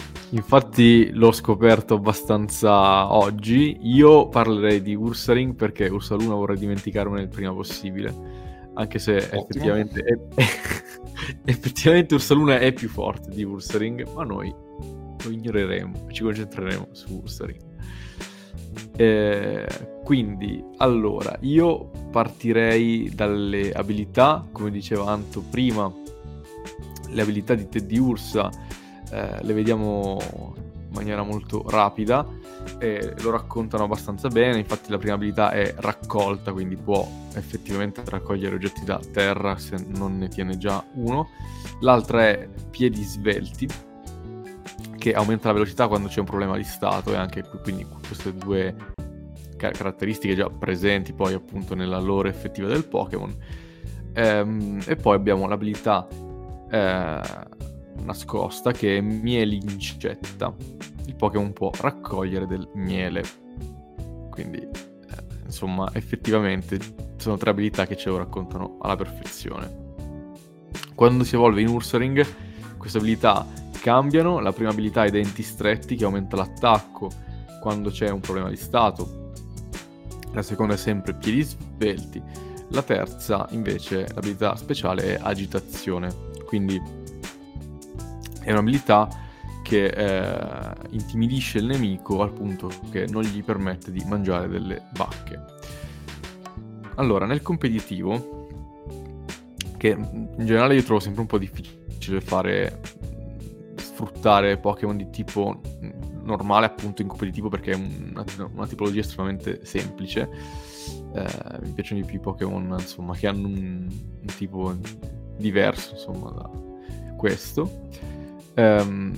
Infatti l'ho scoperto abbastanza oggi. Io parlerei di Ursaring perché Ursaluna vorrei dimenticarmene il prima possibile, anche se Ottimo. effettivamente è, effettivamente Ursaluna è più forte di Ursaring, ma noi lo ignoreremo, ci concentreremo su Ursaring. Eh, quindi, allora, io partirei dalle abilità, come diceva Anto prima. Le abilità di Teddiursa eh, le vediamo in maniera molto rapida e lo raccontano abbastanza bene. Infatti la prima abilità è raccolta, quindi può effettivamente raccogliere oggetti da terra se non ne tiene già uno. L'altra è piedi svelti, che aumenta la velocità quando c'è un problema di stato, e anche qui, quindi queste due car- caratteristiche già presenti poi appunto nella lore effettiva del Pokémon. Ehm, e poi abbiamo l'abilità eh, nascosta, che è mielincetta. Il Pokémon può raccogliere del miele, quindi eh, insomma effettivamente sono tre abilità che ce lo raccontano alla perfezione. Quando si evolve in Ursaring queste abilità cambiano. La prima abilità è Denti Stretti, che aumenta l'attacco quando c'è un problema di stato. La seconda è sempre Piedi Svelti. La terza invece, l'abilità speciale, è Agitazione, quindi è un'abilità che eh, intimidisce il nemico al punto che non gli permette di mangiare delle bacche. Allora, nel competitivo, che in generale io trovo sempre un po' difficile fare sfruttare Pokémon di tipo normale appunto in competitivo, perché è una, una tipologia estremamente semplice. Eh, mi piacciono di più i Pokémon insomma che hanno un, un tipo diverso insomma da questo. Um,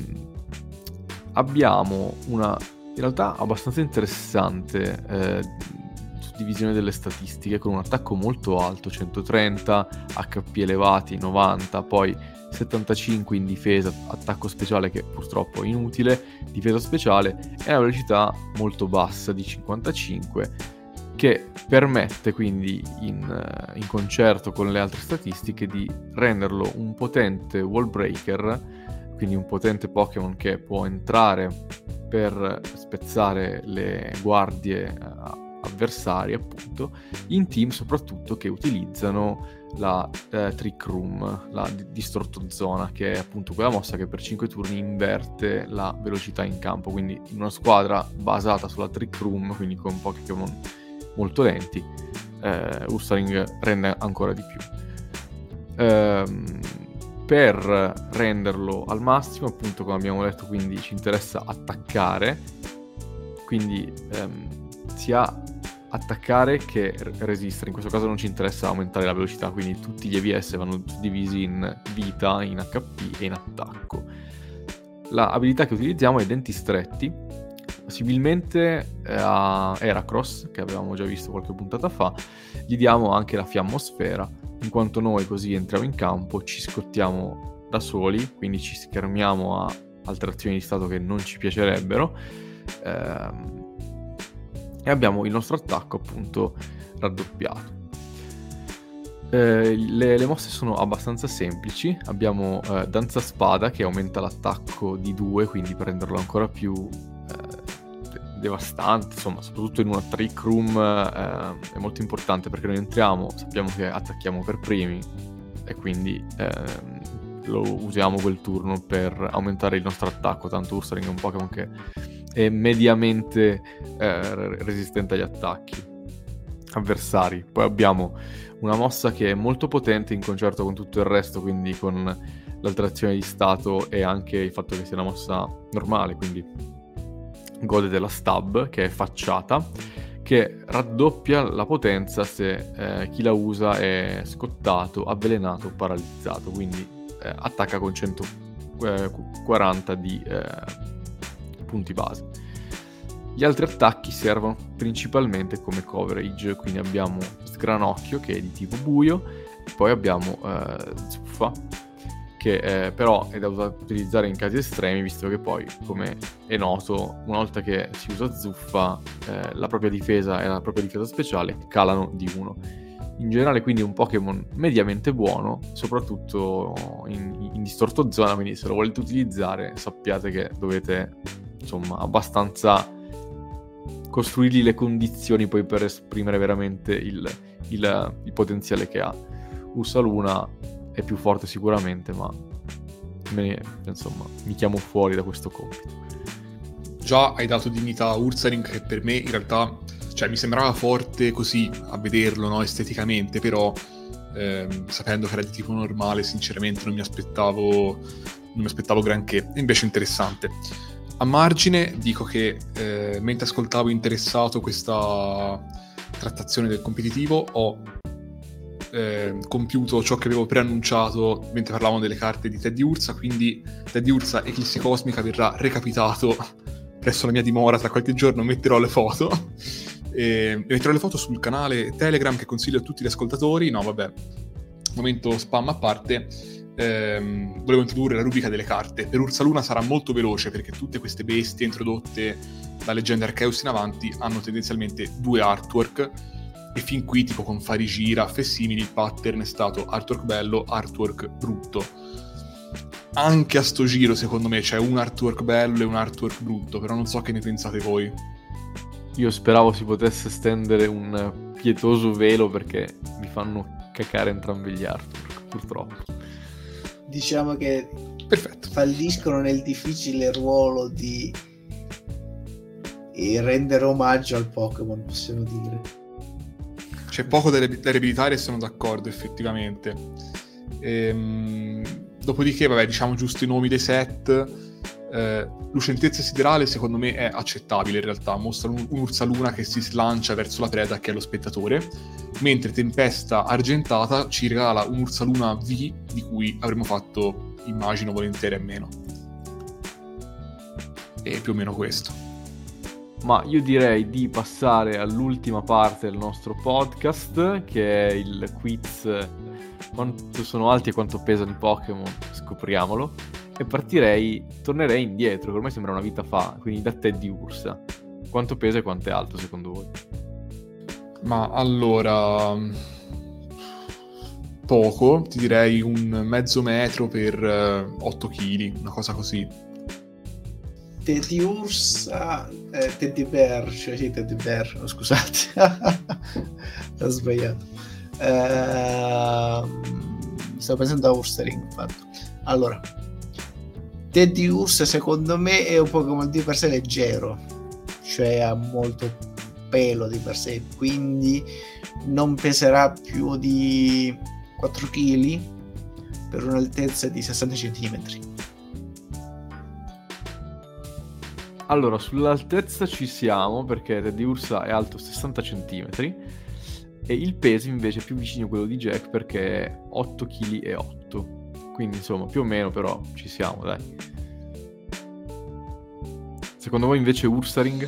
abbiamo una in realtà abbastanza interessante eh, suddivisione delle statistiche, con un attacco molto alto, centotrenta, H P elevati, novanta, poi settantacinque in difesa, attacco speciale che purtroppo è inutile, difesa speciale, e una velocità molto bassa di cinquantacinque, che permette quindi in, in concerto con le altre statistiche di renderlo un potente wall breaker, quindi un potente Pokémon che può entrare per spezzare le guardie avversari appunto, in team soprattutto che utilizzano la eh, Trick Room, la di- Distortozona, che è appunto quella mossa che per cinque turni inverte la velocità in campo. Quindi in una squadra basata sulla Trick Room, quindi con Pokémon molto lenti, eh, Ursaring rende ancora di più. Ehm, per renderlo al massimo, appunto come abbiamo detto, quindi ci interessa attaccare, quindi ehm, sia attaccare che resistere. In questo caso non ci interessa aumentare la velocità, quindi tutti gli E V S vanno divisi in vita, in H P e in attacco. La abilità che utilizziamo è Denti Stretti, possibilmente eh, a Heracross, che avevamo già visto qualche puntata fa. Gli diamo anche la Fiammosfera, in quanto noi così entriamo in campo, ci scottiamo da soli, quindi ci schermiamo a alterazioni di stato che non ci piacerebbero, ehm, e abbiamo il nostro attacco appunto raddoppiato. Eh, le, le mosse sono abbastanza semplici. Abbiamo eh, Danza Spada, che aumenta l'attacco di due, quindi per renderlo ancora più eh, devastante, insomma, soprattutto in una Trick Room eh, è molto importante, perché noi entriamo, sappiamo che attacchiamo per primi e quindi eh, lo usiamo quel turno per aumentare il nostro attacco. Tanto Ursaring è un Pokémon che è mediamente eh, resistente agli attacchi avversari. Poi abbiamo una mossa che è molto potente in concerto con tutto il resto, quindi con l'alterazione di stato e anche il fatto che sia una mossa normale, quindi gode della Stab, che è facciata, che raddoppia la potenza se eh, chi la usa è scottato, avvelenato o paralizzato, quindi eh, attacca con centoquaranta di eh, punti base. Gli altri attacchi servono principalmente come coverage, quindi abbiamo Sgranocchio, che è di tipo buio, e poi abbiamo eh, Zuffa, che eh, però è da utilizzare in casi estremi, visto che poi, come è noto, una volta che si usa Zuffa, eh, la propria difesa e la propria difesa speciale calano di uno. In generale quindi un Pokémon mediamente buono, soprattutto in, in Distortozona, quindi se lo volete utilizzare sappiate che dovete insomma abbastanza costruirgli le condizioni poi per esprimere veramente il, il, il potenziale che ha. Ursaluna è più forte sicuramente, ma me ne, insomma mi chiamo fuori da questo compito. Già hai dato dignità a Ursaring, che per me in realtà, cioè, mi sembrava forte così a vederlo, no, esteticamente, però ehm, sapendo che era di tipo normale, sinceramente non mi aspettavo non mi aspettavo granché, invece interessante. A margine dico che eh, mentre ascoltavo interessato questa trattazione del competitivo ho eh, compiuto ciò che avevo preannunciato mentre parlavamo delle carte di Teddy Ursa, quindi Teddy Ursa Eclissi Cosmica verrà recapitato presso la mia dimora tra qualche giorno, metterò le foto e, e metterò le foto sul canale Telegram che consiglio a tutti gli ascoltatori. No vabbè, momento spam a parte, ehm, volevo introdurre la rubrica delle carte. Per Ursaluna sarà molto veloce perché tutte queste bestie introdotte da Leggende Arceus in avanti hanno tendenzialmente due artwork e fin qui tipo con Fari Giraffe e simili il pattern è stato artwork bello, artwork brutto. Anche a sto giro secondo me c'è un artwork bello e un artwork brutto, però non so che ne pensate voi. Io speravo si potesse stendere un pietoso velo perché mi fanno cacare entrambi gli artwork, purtroppo. Diciamo che perfetto, falliscono nel difficile ruolo di rendere omaggio al Pokémon, possiamo dire. C'è poco da, da riabilitare e sono d'accordo effettivamente. Ehm, dopodiché vabbè, diciamo giusto i nomi dei set. eh, Lucentezza Siderale secondo me è accettabile in realtà, mostra un, un'Ursaluna che si slancia verso la preda che è lo spettatore, mentre Tempesta Argentata ci regala un'Ursaluna V di cui avremmo fatto immagino volentieri a meno, e più o meno questo. Ma io direi di passare all'ultima parte del nostro podcast, che è il quiz quanto sono alti e quanto pesano i Pokémon, scopriamolo. E partirei, tornerei indietro, che ormai sembra una vita fa, quindi da Teddy Ursa. Quanto pesa e quanto è alto secondo voi? Ma allora, poco, ti direi un mezzo metro per otto chili, una cosa così. Teddy Ursa, eh, Teddy Bear, cioè sì, Teddy Bear, oh, scusate, ho sbagliato. Eh, stavo pensando a Ursaring, infatti. Allora, Teddy Ursa secondo me è un Pokémon di per sé leggero, cioè ha molto pelo di per sé, quindi non peserà più di quattro chili per un'altezza di sessanta centimetri. Allora, sull'altezza ci siamo, perché Teddy Ursa è alto sessanta centimetri e il peso invece è più vicino a quello di Jack perché è otto virgola otto chili. Quindi insomma, più o meno, però ci siamo, dai. Secondo voi invece Ursaring?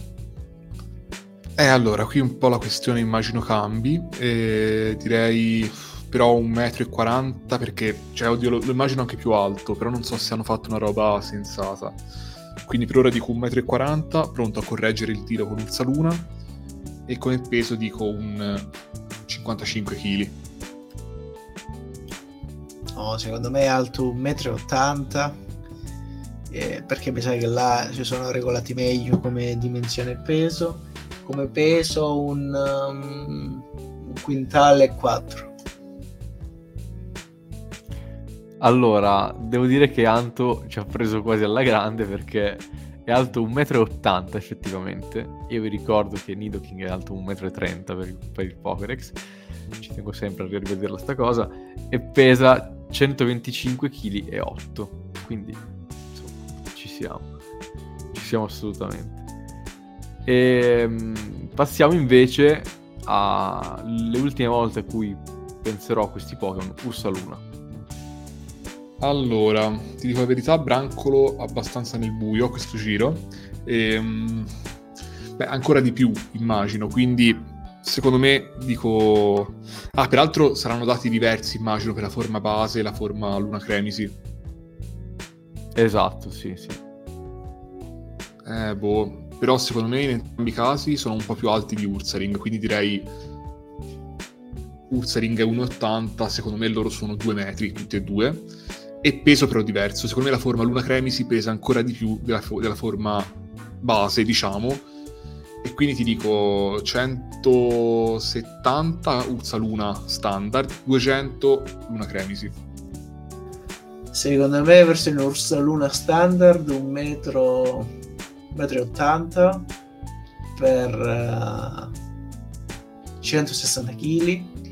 Eh, allora, qui un po' la questione immagino cambi, e direi però un metro e quaranta perché, cioè, oddio, lo, lo immagino anche più alto, però non so se hanno fatto una roba sensata. Quindi per ora dico un metro e quaranta, pronto a correggere il tiro con Ursaluna, e con il peso dico un cinquantacinque chili. No, secondo me è alto un metro e ottanta, eh, perché mi sa che là ci sono regolati meglio come dimensione e peso. Come peso un, um, un quintale e quattro. Allora, devo dire che Anto ci ha preso quasi alla grande perché è alto un metro e ottanta effettivamente. Io vi ricordo che Nidoking è alto un metro e trenta per il, per il Pokédex, ci tengo sempre a rivederla sta cosa, e pesa centoventicinque virgola otto chili, quindi insomma ci siamo, ci siamo assolutamente. E passiamo invece alle ultime volte a cui penserò a questi Pokémon. Ursaluna. Allora, ti dico la verità, brancolo abbastanza nel buio a questo giro, e, beh, ancora di più immagino, quindi secondo me dico... Ah, peraltro saranno dati diversi immagino per la forma base e la forma Luna Cremisi. Esatto, sì, sì. Eh, boh, però secondo me in entrambi i casi sono un po' più alti di Ursaring, quindi direi Ursaring è uno virgola ottanta, secondo me loro sono due metri tutti e due. E peso però diverso, secondo me la forma Luna Cremisi pesa ancora di più della, fo- della forma base, diciamo, e quindi ti dico centosettanta Ursaluna standard, duecento Luna Cremisi. Secondo me versione Ursaluna standard un metro, un metro e ottanta per uh, centosessanta chili,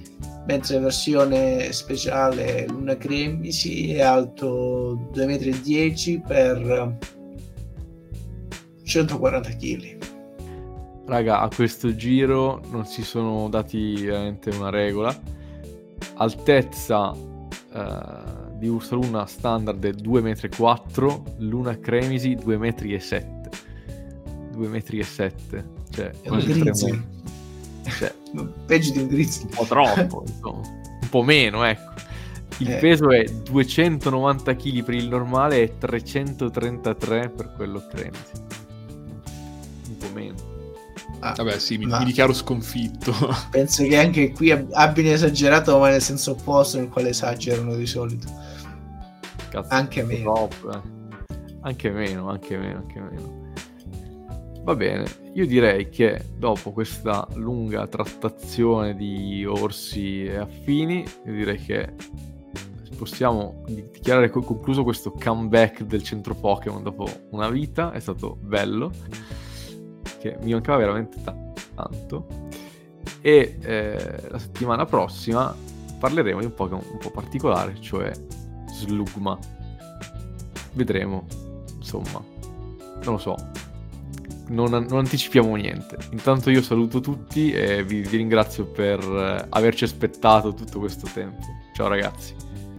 mentre versione speciale Luna Cremisi è alto due virgola dieci metri per centoquaranta chili. Raga, a questo giro non si sono dati veramente una regola. Altezza eh, di Ursa Luna standard è due virgola quattro metri, Luna Cremisi due virgola sette metri. due virgola sette metri, cioè È un grizzly. Cioè, peggio di un grizzly. Un po' troppo, insomma. Un po' meno, ecco. Il eh. peso è duecentonovanta chili per il normale e trecentotrentatré per quello Cremisi. Un po' meno. Ah, vabbè, sì, mi, mi dichiaro sconfitto. Penso che anche qui ab- abbiano esagerato, ma nel senso opposto nel quale esagerano di solito. Cazzo, anche meno. Troppo, eh. Anche meno, anche meno, anche meno. Va bene, io direi che dopo questa lunga trattazione di orsi e affini, io direi che possiamo dichiarare concluso questo comeback del centro Pokémon dopo una vita. È stato bello, che mi mancava veramente t- tanto e eh, la settimana prossima parleremo di un Pokémon un po' particolare, cioè Slugma. Vedremo, insomma, non lo so, non, non anticipiamo niente. Intanto io saluto tutti e vi, vi ringrazio per eh, averci aspettato tutto questo tempo. Ciao ragazzi.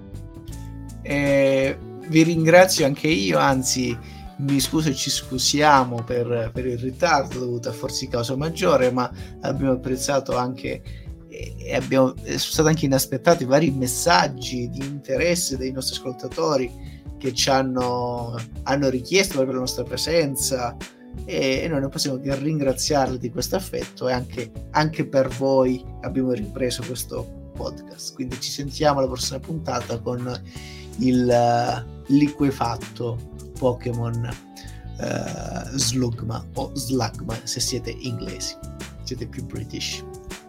Eh, vi ringrazio anche io, anzi mi scuso e ci scusiamo per, per il ritardo dovuto a forza causa maggiore, ma abbiamo apprezzato anche e abbiamo sono stati anche inaspettati vari messaggi di interesse dei nostri ascoltatori che ci hanno, hanno richiesto proprio la nostra presenza, e, e noi non possiamo che ringraziarli di questo affetto, e anche, anche per voi abbiamo ripreso questo podcast. Quindi ci sentiamo alla prossima puntata con il uh, liquefatto Pokémon uh, Slugma o Slugma se siete inglesi, siete più british.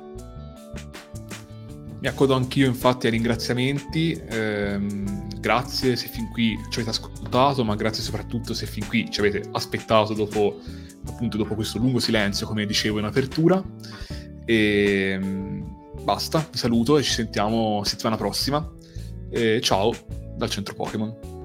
Mi accodo anch'io infatti ai ringraziamenti, ehm, grazie se fin qui ci avete ascoltato, ma grazie soprattutto se fin qui ci avete aspettato dopo, appunto, dopo questo lungo silenzio, come dicevo in apertura. E basta, vi saluto e ci sentiamo settimana prossima. E ciao dal Centro Pokémon.